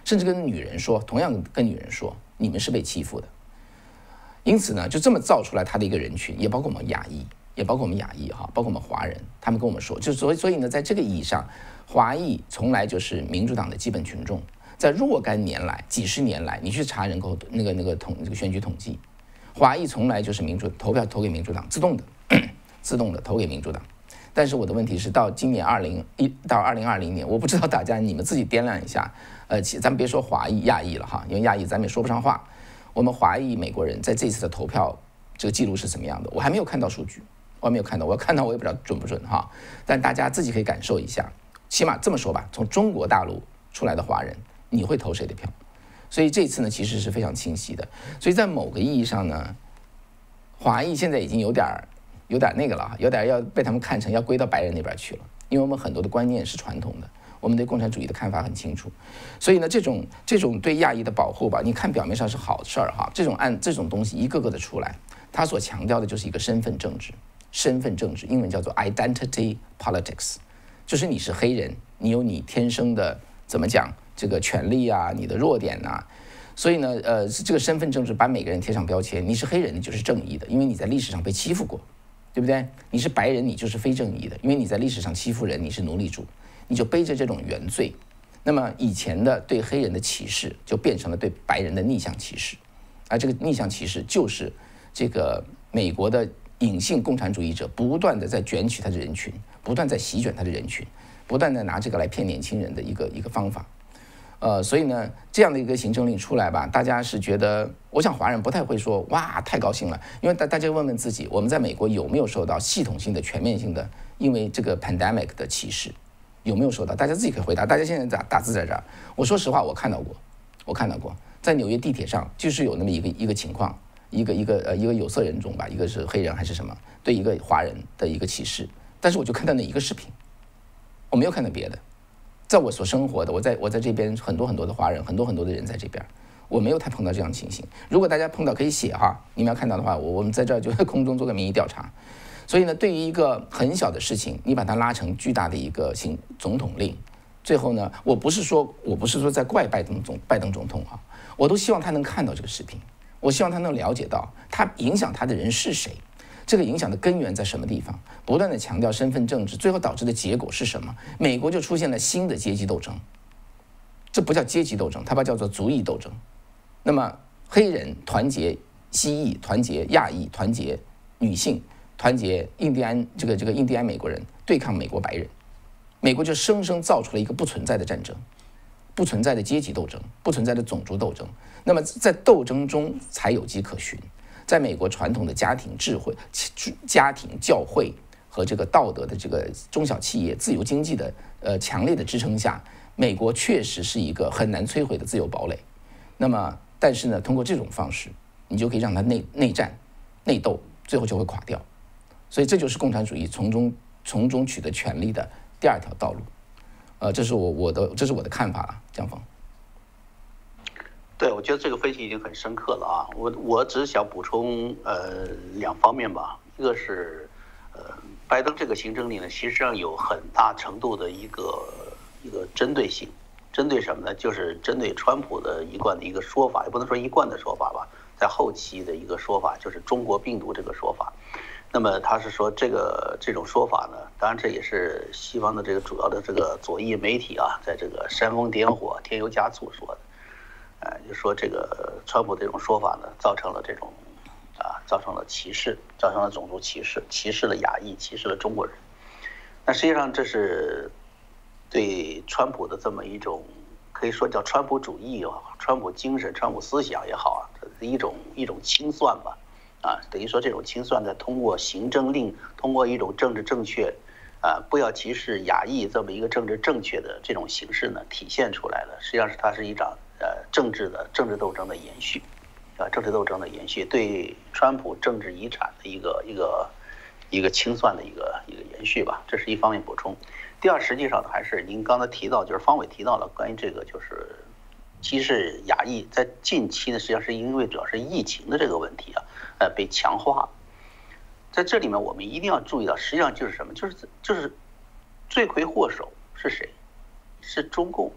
甚至跟女人说，同样跟女人说，你们是被欺负的。因此呢，就这么造出来他的一个人群，也包括我们亚裔，也包括我们亚裔哈，包括我们华人，他们跟我们说，就所以呢，在这个意义上，华裔从来就是民主党的基本群众。在若干年来、几十年来，你去查人口那个选举统计，华裔从来就是投票投给民主党，自动的投给民主党。但是我的问题是，到今年到2020年，我不知道大家你们自己掂量一下，咱们别说华裔、亚裔了哈，因为亚裔咱们也说不上话。我们华裔美国人在这次的投票这个记录是怎么样的？我还没有看到数据，我还没有看到，我要看到我也不知道准不准哈。但大家自己可以感受一下，起码这么说吧，从中国大陆出来的华人，你会投谁的票？所以这次呢，其实是非常清晰的。所以在某个意义上呢，华裔现在已经有点那个了，有点要被他们看成要归到白人那边去了，因为我们很多的观念是传统的，我们对共产主义的看法很清楚。所以呢，这种对亚裔的保护吧，你看表面上是好事儿哈，这种东西一个个的出来，它所强调的就是一个身份政治，英文叫做 identity politics， 就是你是黑人，你有你天生的怎么讲这个权利啊，你的弱点啊。所以呢，这个身份政治把每个人贴上标签，你是黑人你就是正义的，因为你在历史上被欺负过，对不对？你是白人你就是非正义的，因为你在历史上欺负人，你是奴隶主，你就背着这种原罪。那么以前的对黑人的歧视就变成了对白人的逆向歧视，而这个逆向歧视就是这个美国的隐性共产主义者不断的在卷取他的人群，不断在席卷他的人群，不断的拿这个来骗年轻人的一个方法。所以呢，这样的一个行政令出来吧，大家是觉得，我想华人不太会说哇太高兴了，因为大家问问自己，我们在美国有没有受到系统性的、全面性的因为这个 pandemic 的歧视，有没有受到？大家自己可以回答。大家现在打字在这儿，我说实话，我看到过，在纽约地铁上就是有那么一个情况，一个有色人种吧，一个是黑人还是什么，对一个华人的一个歧视，但是我就看到那一个视频，我没有看到别的。在我所生活的，我在这边很多的华人，很多的人在这边，我没有太碰到这样的情形。如果大家碰到可以写哈，你们要看到的话，我们在这儿就在空中做个民意调查。所以呢，对于一个很小的事情，你把它拉成巨大的一个总统令，最后呢，我不是说在怪拜登总统啊，我都希望他能看到这个视频，我希望他能了解到他影响他的人是谁。这个影响的根源在什么地方？不断的强调身份政治，最后导致的结果是什么？美国就出现了新的阶级斗争，这不叫阶级斗争，它叫做族裔斗争。那么黑人团结西裔，团结亚裔，团结女性，团结印第安印第安美国人对抗美国白人，美国就生生造出了一个不存在的战争，不存在的阶级斗争，不存在的种族斗争。那么在斗争中才有迹可循。在美国传统的家庭智慧、家庭教会和这个道德的这个中小企业、自由经济的强烈的支撑下，美国确实是一个很难摧毁的自由堡垒。那么，但是呢，通过这种方式，你就可以让它内战、内斗，最后就会垮掉。所以这就是共产主义从中取得权力的第二条道路。这是我的看法了，江峰。 对，我觉得这个分析已经很深刻了啊。我只是想补充两方面吧。一个是拜登这个行政令呢，其实上有很大程度的一个针对性，针对什么呢？就是针对川普的一贯的一个说法，也不能说一贯的说法吧，在后期的一个说法就是中国病毒这个说法。那么他是说这种说法呢，当然这也是西方的这个主要的这个左翼媒体啊，在这个煽风点火、添油加醋说的。就说这个川普这种说法呢，造成了歧视，造成了种族歧视，歧视了亚裔，歧视了中国人。那实际上这是对川普的这么一种，可以说叫川普主义也好，川普精神、川普思想也好啊，一种清算吧。等于说这种清算呢，通过行政令，通过一种政治正确，不要歧视亚裔这么一个政治正确的这种形式呢，体现出来了。实际上是它是一场政治斗争的延续，政治斗争的延续，对川普政治遗产的一个清算的一个延续吧，这是一方面补充。第二，实际上呢，还是您刚才提到，就是方伟提到了关于这个就是歧视亚裔，在近期呢，实际上是因为主要是疫情的这个问题啊，被强化。在这里面，我们一定要注意到，实际上就是什么，就是罪魁祸首是谁？是中共。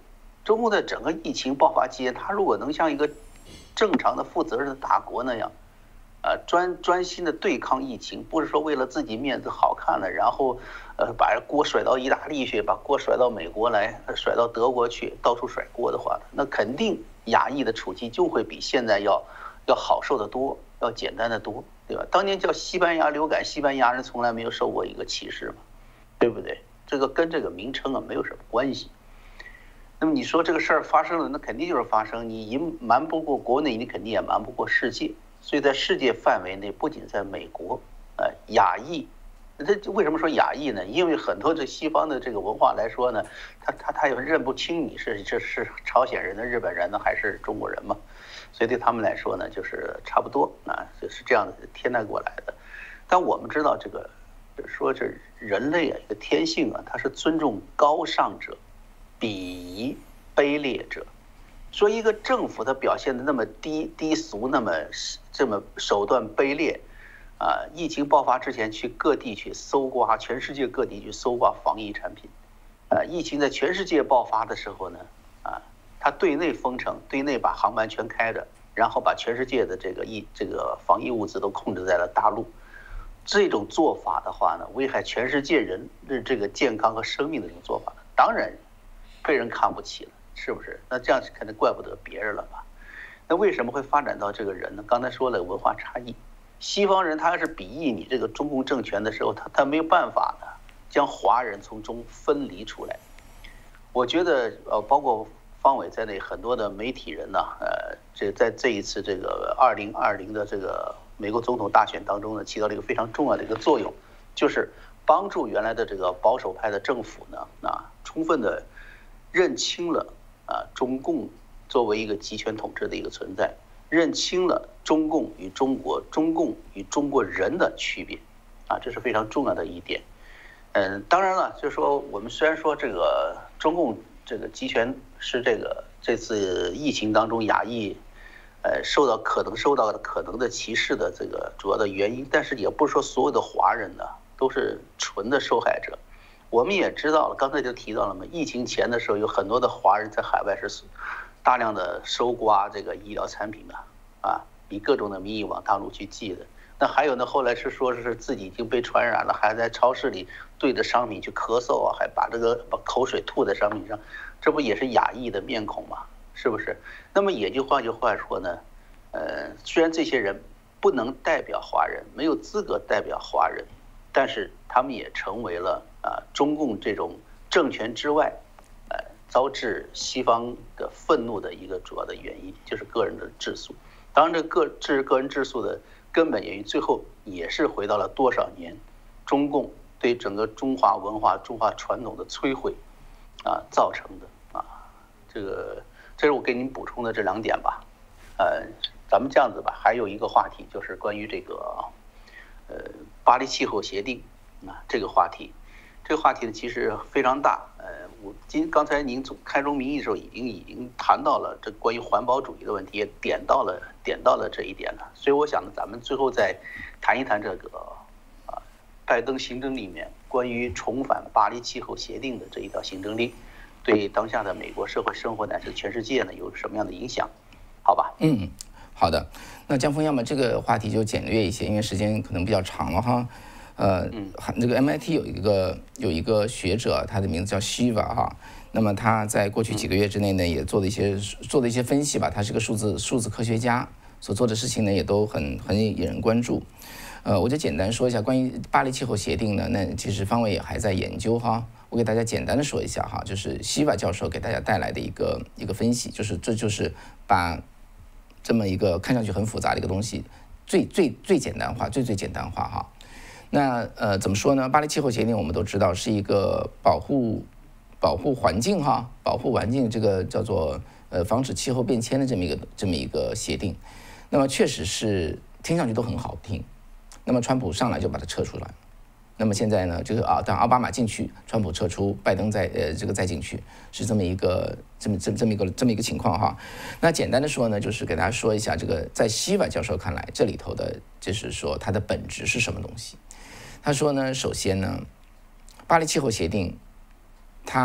中共在整个疫情爆发期间，他如果能像一个正常的、负责任的大国那样，专心的对抗疫情，不是说为了自己面子好看了，然后把锅甩到意大利去，把锅甩到美国来，甩到德国去，到处甩锅的话，那肯定亚裔的处境就会比现在要好受得多，要简单的多，对吧？当年叫西班牙流感，西班牙人从来没有受过一个歧视嘛，对不对？这个跟这个名称没有什么关系。那么你说这个事儿发生了，那肯定就是发生，你瞒不过国内，你肯定也瞒不过世界。所以在世界范围内，不仅在美国，亚裔，这为什么说亚裔呢？因为很多这西方的这个文化来说呢，他也认不清你是朝鲜人的、日本人呢，还是中国人嘛，所以对他们来说呢，就是差不多就是这样的天带过来的。但我们知道这个，说这人类一个天性它是尊重高尚者，鄙夷卑劣者。说一个政府它表现的那么低俗，这么手段卑劣，疫情爆发之前去各地去搜刮，全世界各地去搜刮防疫产品，疫情在全世界爆发的时候呢，他对内封城，对内把航班全开着，然后把全世界的这个防疫物资都控制在了大陆，这种做法的话呢，危害全世界人的这个健康和生命的这种做法，当然被人看不起了。是不是？那这样肯定怪不得别人了吧？那为什么会发展到这个人呢？刚才说了文化差异，西方人他要是鄙夷你这个中共政权的时候，他没有办法呢将华人从中分离出来。我觉得包括方伟在内很多的媒体人呢，在这一次这个2020的这个美国总统大选当中呢，起到了一个非常重要的一个作用，就是帮助原来的这个保守派的政府呢，充分的认清了。中共作为一个集权统治的一个存在，认清了中共与中国、中共与中国人的区别，这是非常重要的一点。当然了，就是说我们虽然说这个中共这个集权是这次疫情当中亚裔，可能受到可能的歧视的这个主要的原因，但是也不是说所有的华人呢都是纯的受害者。我们也知道了，刚才就提到了嘛，疫情前的时候有很多的华人在海外是大量的搜刮这个医疗产品的，以各种的名义往大陆去寄的。那还有呢，后来是说是自己已经被传染了，还在超市里对着商品去咳嗽还把口水吐在商品上，这不也是亚裔的面孔吗？是不是？那么也就换句话说呢，虽然这些人不能代表华人，没有资格代表华人，但是他们也成为了中共这种政权之外，招致西方的愤怒的一个主要的原因，就是个人的质素。当然，这个人质素的根本原因，最后也是回到了多少年中共对整个中华文化、中华传统的摧毁，造成的这是我给您补充的这2点吧。咱们这样子吧，还有一个话题就是关于这个巴黎气候协定这个话题呢其实非常大。刚才您开宗明义的时候已经谈到了这关于环保主义的问题，也点到了这一点了。所以我想呢，咱们最后再谈一谈这个拜登行政里面关于重返巴黎气候协定的这一条行政令，对当下的美国社会生活乃至全世界呢有什么样的影响？好吧？ 好的。那江峰，要么这个话题就简略一些，因为时间可能比较长了哈。这个 MIT 有一个学者，他的名字叫 Shiva 哈。那么他在过去几个月之内呢，也做了一些分析吧。他是个数字科学家，所做的事情呢也都很引人关注。我就简单说一下关于巴黎气候协定呢，那其实方伟也还在研究哈。我给大家简单的说一下哈，就是Shiva教授给大家带来的一个分析，这就是把这么一个看上去很复杂的一个东西，最简单化，最简单化哈。那怎么说呢？巴黎气候协定我们都知道是一个保护环境哈，保护环境这个叫做防止气候变迁的这么一个协定。那么确实是听上去都很好听。那么川普上来就把它撤出来。那么现在呢，这个当奥巴马进去，川普撤出，拜登再进去，是这么一个情况哈。那简单的说呢，就是给大家说一下这个在Shiva教授看来，这里头的就是说它的本质是什么东西。他说呢，首先呢，巴黎气候协定它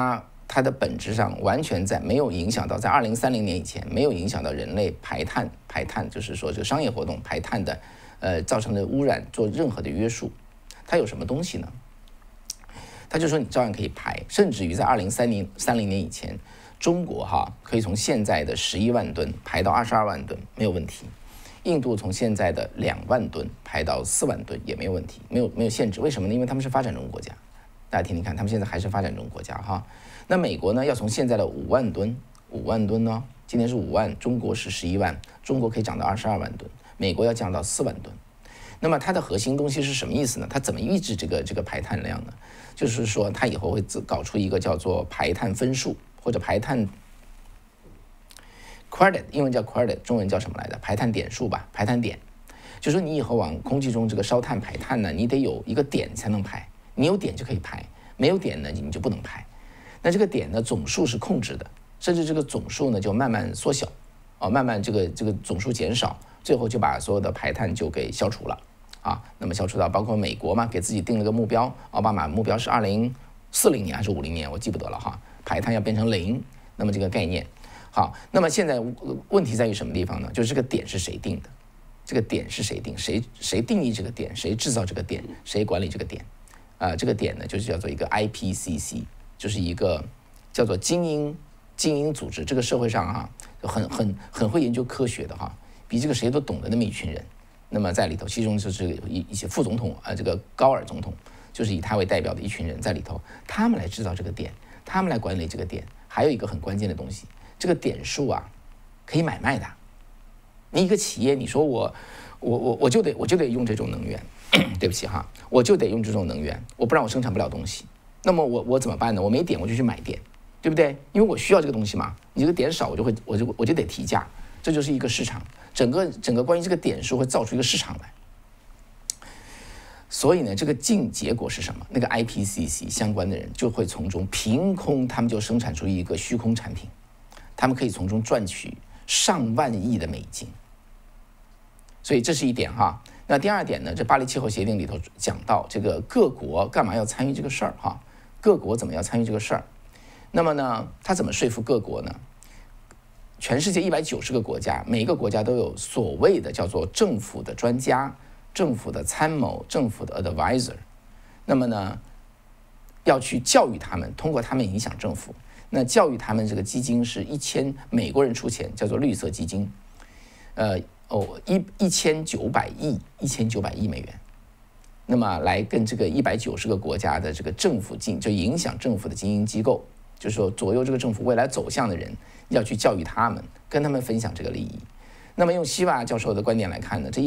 它的本质上完全没有影响到，在2030年以前没有影响到人类排碳，就是说这个商业活动排碳的，造成的污染做任何的约束。它有什么东西呢？他就说你照样可以排，甚至于在2030年以前，中国可以从现在的11万吨排到22万吨没有问题。印度从现在的2万吨排到4万吨也没有问题，没有限制。为什么呢？因为他们是发展中国家。大家听听看，他们现在还是发展中国家那美国呢，要从现在的5万吨呢，今年是5万，中国是11万，中国可以涨到22万吨，美国要降到4万吨。那么它的核心东西是什么意思呢？它怎么抑制这个排碳量呢？就是说它以后会搞出一个叫做排碳分数或者排碳 credit， 英文叫 credit， 中文叫什么来着？排碳点数吧，排碳点。就是说你以后往空气中这个烧碳排碳呢，你得有一个点才能排，你有点就可以排，没有点呢你就不能排。那这个点呢总数是控制的，甚至这个总数呢就慢慢缩小，慢慢这个总数减少，最后就把所有的排碳就给消除了那么消除到包括美国嘛，给自己定了个目标，奥巴马目标是2040年还是50年，我记不得了排碳要变成0，那么这个概念。好，那么现在问题在于什么地方呢？就是这个点是谁定的？这个点是谁定？谁定义这个点？谁制造这个点？谁管理这个点？这个点呢，就是叫做一个 IPCC， 就是一个叫做精英组织。这个社会上很会研究科学的比这个谁都懂得那么一群人。那么在里头，其中就是一些副总统这个高尔总统，就是以他为代表的一群人在里头，他们来制造这个点，他们来管理这个点。还有一个很关键的东西。这个点数可以买卖的。你一个企业，你说我就得用这种能源，对不起我就得用这种能源，我不然我生产不了东西。那么我怎么办呢？我没点我就去买点，对不对？因为我需要这个东西嘛。你这个点少，我就得提价，这就是一个市场。整个关于这个点数会造出一个市场来。所以呢，这个结果是什么？那个 IPCC 相关的人就会从中凭空，他们就生产出一个虚空产品。他们可以从中赚取上万亿的美金，所以这是一点那第二点呢，这巴黎气候协定里头讲到这个各国干嘛要参与这个事儿各国怎么要参与这个事儿？那么呢，他怎么说服各国呢？全世界190个国家，每一个国家都有所谓的叫做政府的专家、政府的参谋、政府的 advisor， 那么呢，要去教育他们，通过他们影响政府。那教育他们这个基金是美国人出钱，叫做绿色基金，1900亿美元。那么来跟这个190个国家的这个政府就影响政府的经营机构，就是说左右这个政府未来走向的人，要去教育他们，跟他们分享这个利益。那么用希瓦教授的观点来看呢，这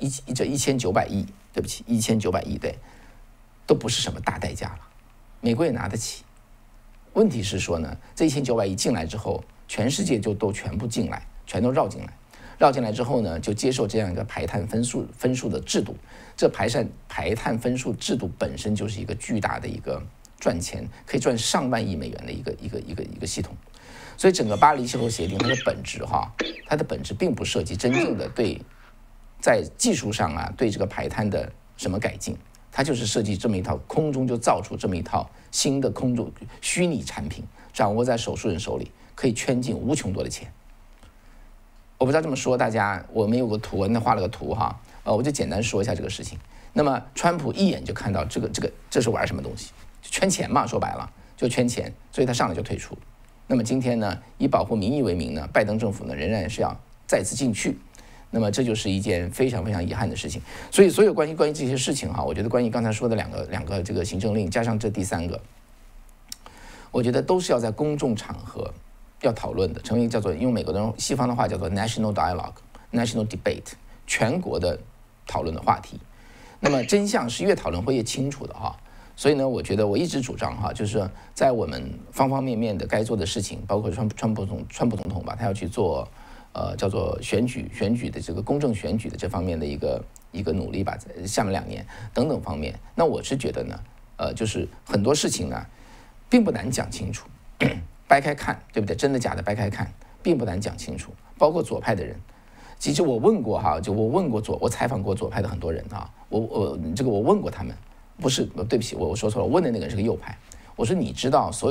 1900亿，对不起，1900亿对，都不是什么大代价了，美国也拿得起。问题是说呢，这1900亿进来之后，全世界就都全部进来，全都绕进来之后呢，就接受这样一个排碳分数的制度。这排碳分数制度本身就是一个巨大的一个赚钱，可以赚上万亿美元的一个系统。所以整个巴黎气候协定它的本质并不涉及真正的在技术上对这个排碳的什么改进。它就是设计这么一套，空中就造出这么一套新的空中虚拟产品，掌握在少数人手里，可以圈进无穷多的钱。我不知道这么说大家，我们有个图，那画了个图我就简单说一下这个事情。那么川普一眼就看到这是玩什么东西，圈钱嘛，说白了就圈钱，所以他上来就退出。那么今天呢，以保护民意为名呢，拜登政府呢仍然是要再次进去。那么这就是一件非常非常遗憾的事情。所以所有关于这些事情我觉得关于刚才说的两个这个行政令，加上这第3个，我觉得都是要在公众场合要讨论的，成为叫做用美国的西方的话叫做 national dialogue、national debate， 全国的讨论的话题。那么真相是越讨论会越清楚的所以呢，我觉得我一直主张就是在我们方方面面的该做的事情，包括川普总统吧，他要去做。叫做选举的这个公正选举的这方面的一个努力吧，在下面2年等等方面。那我是觉得呢，就是很多事情呢，并不难讲清楚，掰开看，对不对？真的假的掰开看，并不难讲清楚。包括左派的人，其实我问过我采访过左派的很多人我问过他们，不是对不起，我说错了，我问的那个人是个右派。我说你知道所有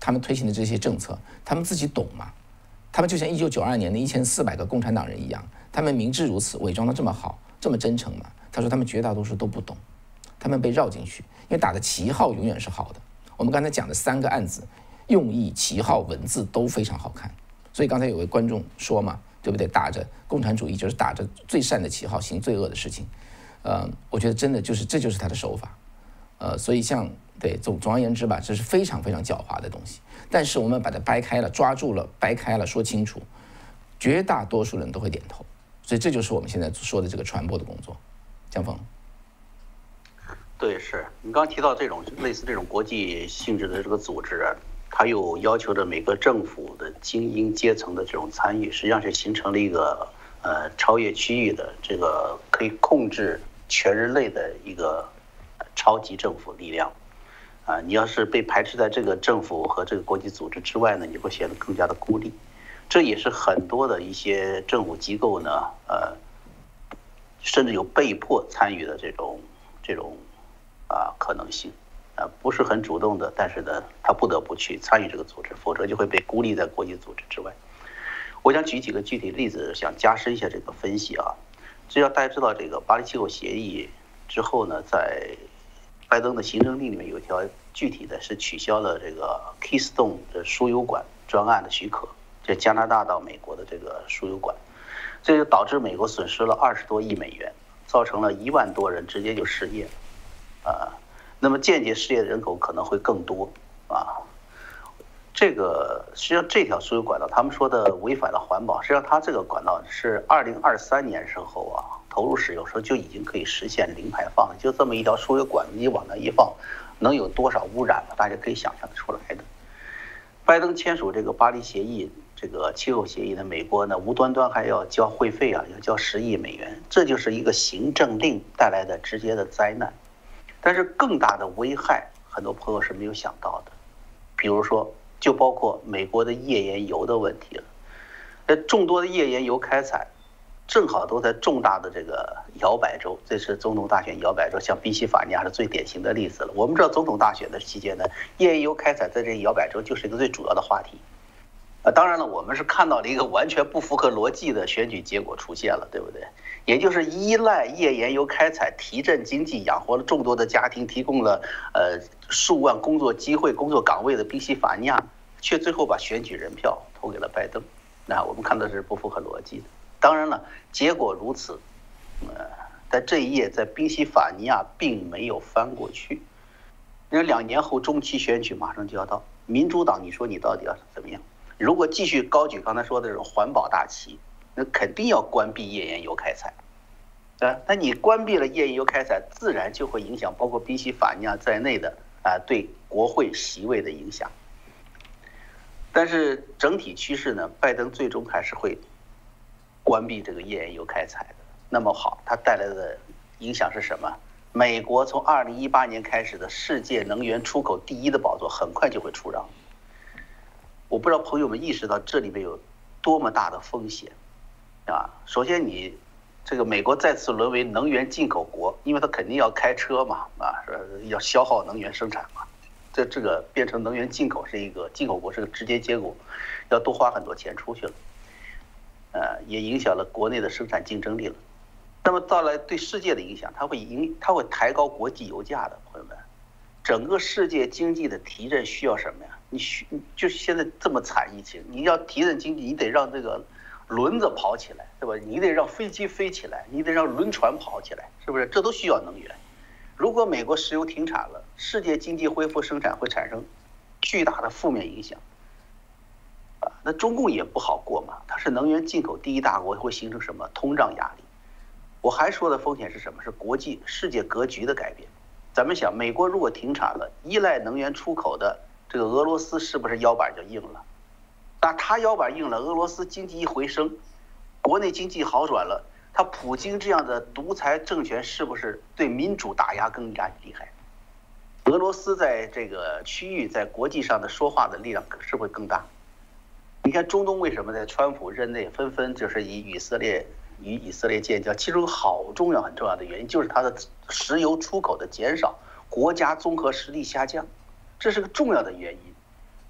他们推行的这些政策，他们自己懂吗？他们就像1992年的1400个共产党人一样，他们明知如此，伪装得这么好，这么真诚吗？他说他们绝大多数都不懂，他们被绕进去，因为打的旗号永远是好的。我们刚才讲的3个案子，用意、旗号、文字都非常好看。所以刚才有位观众说嘛，对不对？打着共产主义就是打着最善的旗号行罪恶的事情。我觉得真的就是这就是他的手法。所以总而言之吧，这是非常非常狡猾的东西。但是我们把它掰开了，抓住了，掰开了，说清楚，绝大多数人都会点头。所以这就是我们现在说的这个传播的工作。江峰， 对，是你刚刚提到这种类似这种国际性质的这个组织啊，它又要求着每个政府的精英阶层的这种参与，实际上是形成了一个超越区域的这个可以控制全人类的一个超级政府力量。你要是被排斥在这个政府和这个国际组织之外呢，你会显得更加的孤立。这也是很多的一些政府机构呢，甚至有被迫参与的这种可能性，不是很主动的，但是呢，他不得不去参与这个组织，否则就会被孤立在国际组织之外。我想举几个具体例子，想加深一下这个分析啊。只要大家知道这个巴黎气候协议之后呢，在拜登的行政令里面有一条具体的是取消了这个 Keystone 的输油管专案的许可，这加拿大到美国的这个输油管，这就导致美国损失了20多亿美元，造成了1万多人直接就失业了，那么间接失业的人口可能会更多啊。这个实际上这条输油管道，他们说的违反了环保，实际上它这个管道是2023年时候投入使用时候就已经可以实现零排放了，就这么一条输油管你往那一放，能有多少污染了？大家可以想象得出来的。拜登签署这个巴黎协议，这个气候协议呢，美国呢无端端还要交会费要交10亿美元，这就是一个行政令带来的直接的灾难。但是更大的危害，很多朋友是没有想到的，比如说，就包括美国的页岩油的问题了。众多的页岩油开采，正好都在重大的这个摇摆州，这是总统大选摇摆州，像宾夕法尼亚是最典型的例子了。我们知道总统大选的期间呢，页岩油开采在这摇摆州就是一个最主要的话题。当然了，我们是看到了一个完全不符合逻辑的选举结果出现了，对不对？也就是依赖页岩油开采提振经济，养活了众多的家庭，提供了数万工作机会、工作岗位的宾夕法尼亚，却最后把选举人票投给了拜登。那我们看到是不符合逻辑的。当然了，结果如此，但这一页在宾夕法尼亚并没有翻过去。因为2年后中期选举马上就要到，民主党，你说你到底要怎么样？如果继续高举刚才说的这种环保大旗，那肯定要关闭页岩油开采。那你关闭了页岩油开采，自然就会影响包括宾夕法尼亚在内的对国会席位的影响。但是整体趋势呢，拜登最终还是会关闭这个页岩油开采的。那么好，它带来的影响是什么？美国从2018年开始的世界能源出口第1的宝座很快就会出让。我不知道朋友们意识到这里面有多么大的风险首先你这个美国再次沦为能源进口国，因为它肯定要开车嘛要消耗能源生产嘛，这个变成能源进口是一个进口国，是个直接结果，要多花很多钱出去了，也影响了国内的生产竞争力了。那么到来对世界的影响，它会抬高国际油价的，朋友们。整个世界经济的提振需要什么呀？就是现在这么惨疫情，你要提振经济，你得让这个轮子跑起来，对吧？你得让飞机飞起来，你得让轮船跑起来，是不是？这都需要能源。如果美国石油停产了，世界经济恢复生产会产生巨大的负面影响。那中共也不好过嘛，它是能源进口第1大国，会形成什么通胀压力？我还说的风险是什么？是国际世界格局的改变。咱们想，美国如果停产了，依赖能源出口的这个俄罗斯是不是腰板就硬了？那他腰板硬了，俄罗斯经济一回升，国内经济好转了，他普京这样的独裁政权是不是对民主打压更加厉害？俄罗斯在这个区域在国际上的说话的力量是会更大。你看中东为什么在川普任内纷纷就是与以色列建交，其中很重要的原因就是它的石油出口的减少，国家综合实力下降，这是个重要的原因。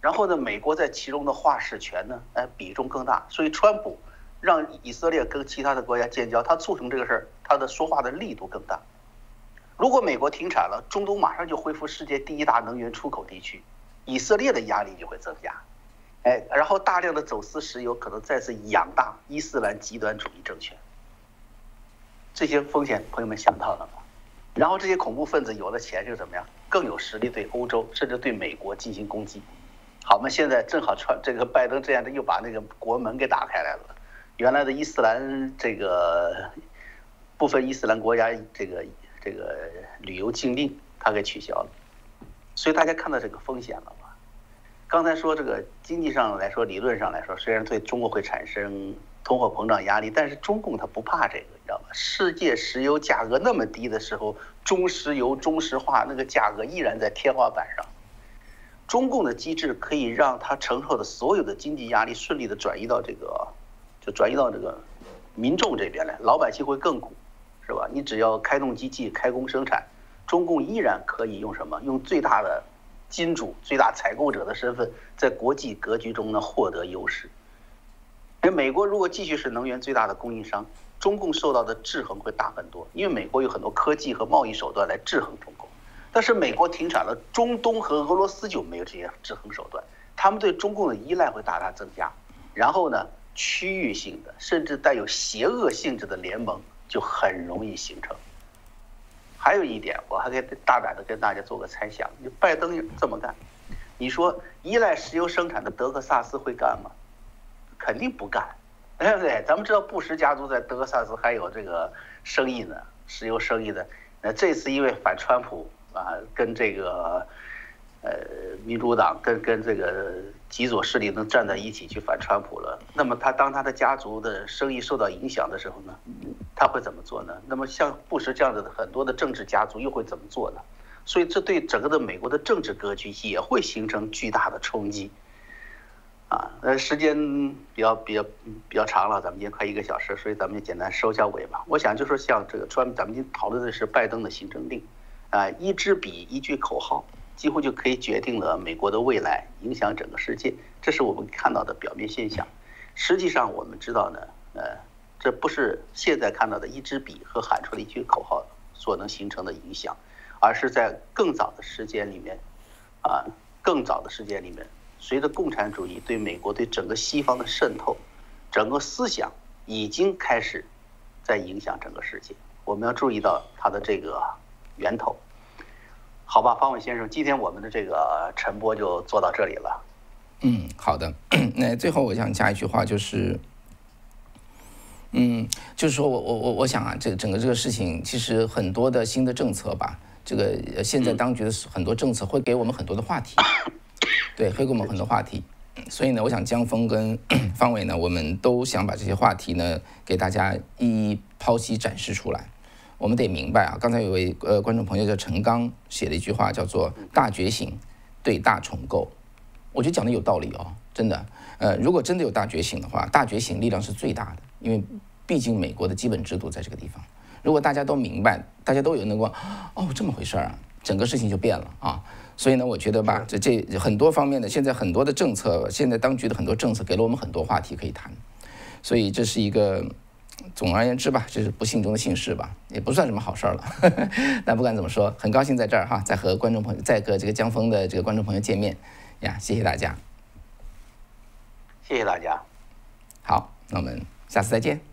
然后呢，美国在其中的话事权呢，比重更大，所以川普让以色列跟其他的国家建交，他促成这个事儿，他的说话的力度更大。如果美国停产了，中东马上就恢复世界第1大能源出口地区，以色列的压力就会增加，然后大量的走私石油可能再次养大伊斯兰极端主义政权。这些风险，朋友们想到了吗？然后这些恐怖分子有了钱就怎么样？更有实力对欧洲甚至对美国进行攻击。好嘛，现在正好这个拜登这样的又把那个国门给打开来了，原来的伊斯兰这个部分伊斯兰国家这个旅游禁令他给取消了，所以大家看到这个风险了吗？刚才说这个经济上来说，理论上来说，虽然对中国会产生通货膨胀压力，但是中共他不怕这个，你知道吗？世界石油价格那么低的时候，中石油、中石化那个价格依然在天花板上。中共的机制可以让他承受的所有的经济压力顺利的转移到这个民众这边来，老百姓会更苦，是吧？你只要开动机器、开工生产，中共依然可以用什么？用最大的金主、最大采购者的身份，在国际格局中呢获得优势。因为美国如果继续是能源最大的供应商，中共受到的制衡会大很多，因为美国有很多科技和贸易手段来制衡中共。但是美国停产了，中东和俄罗斯就没有这些制衡手段，他们对中共的依赖会大大增加。然后呢，区域性的甚至带有邪恶性质的联盟就很容易形成。还有一点，我还可以大胆的跟大家做个猜想，就拜登这么干，你说依赖石油生产的德克萨斯会干吗？肯定不干，对不对？咱们知道布什家族在德克萨斯还有这个生意呢，石油生意的。那这次因为反川普啊，跟这个民主党跟这个极左势力能站在一起去反川普了，那么当他的家族的生意受到影响的时候呢，他会怎么做呢？那么像布什这样子的很多的政治家族又会怎么做呢？所以这对整个的美国的政治格局也会形成巨大的冲击。时间比较长了，咱们今天快1个小时，所以咱们就简单收一下尾吧。我想就说像这个咱们今天讨论的是拜登的行政令，一支笔一句口号，几乎就可以决定了美国的未来，影响整个世界。这是我们看到的表面现象。实际上我们知道呢，这不是现在看到的一支笔和喊出了一句口号所能形成的影响，而是在更早的时间里面，随着共产主义对美国对整个西方的渗透，整个思想已经开始在影响整个世界。我们要注意到它的这个源头。好吧，方伟先生，今天我们的这个晨播就做到这里了。 好的。那最后我想加一句话，就是就是说我想啊，整个这个事情其实很多的新的政策吧，这个现在当局的很多政策会给我们很多的话题。对，会给我们很多话题，所以呢，我想江峰跟方伟呢，我们都想把这些话题呢，给大家一一剖析展示出来。我们得明白啊，刚才有位观众朋友叫陈刚写了一句话，叫做“大觉醒对大重构”，我觉得讲的有道理哦，真的。如果真的有大觉醒的话，大觉醒力量是最大的，因为毕竟美国的基本制度在这个地方。如果大家都明白，大家都有那个这么回事啊，整个事情就变了啊。所以呢，我觉得吧，这很多方面的，现在很多的政策，现在当局的很多政策给了我们很多话题可以谈，所以这是一个，总而言之吧，这是不幸中的幸事吧，也不算什么好事了。但不管怎么说，很高兴在这儿哈，再和观众朋友，再和这个江峰的这个观众朋友见面呀，谢谢大家， 谢谢大家。 好，那我们下次再见。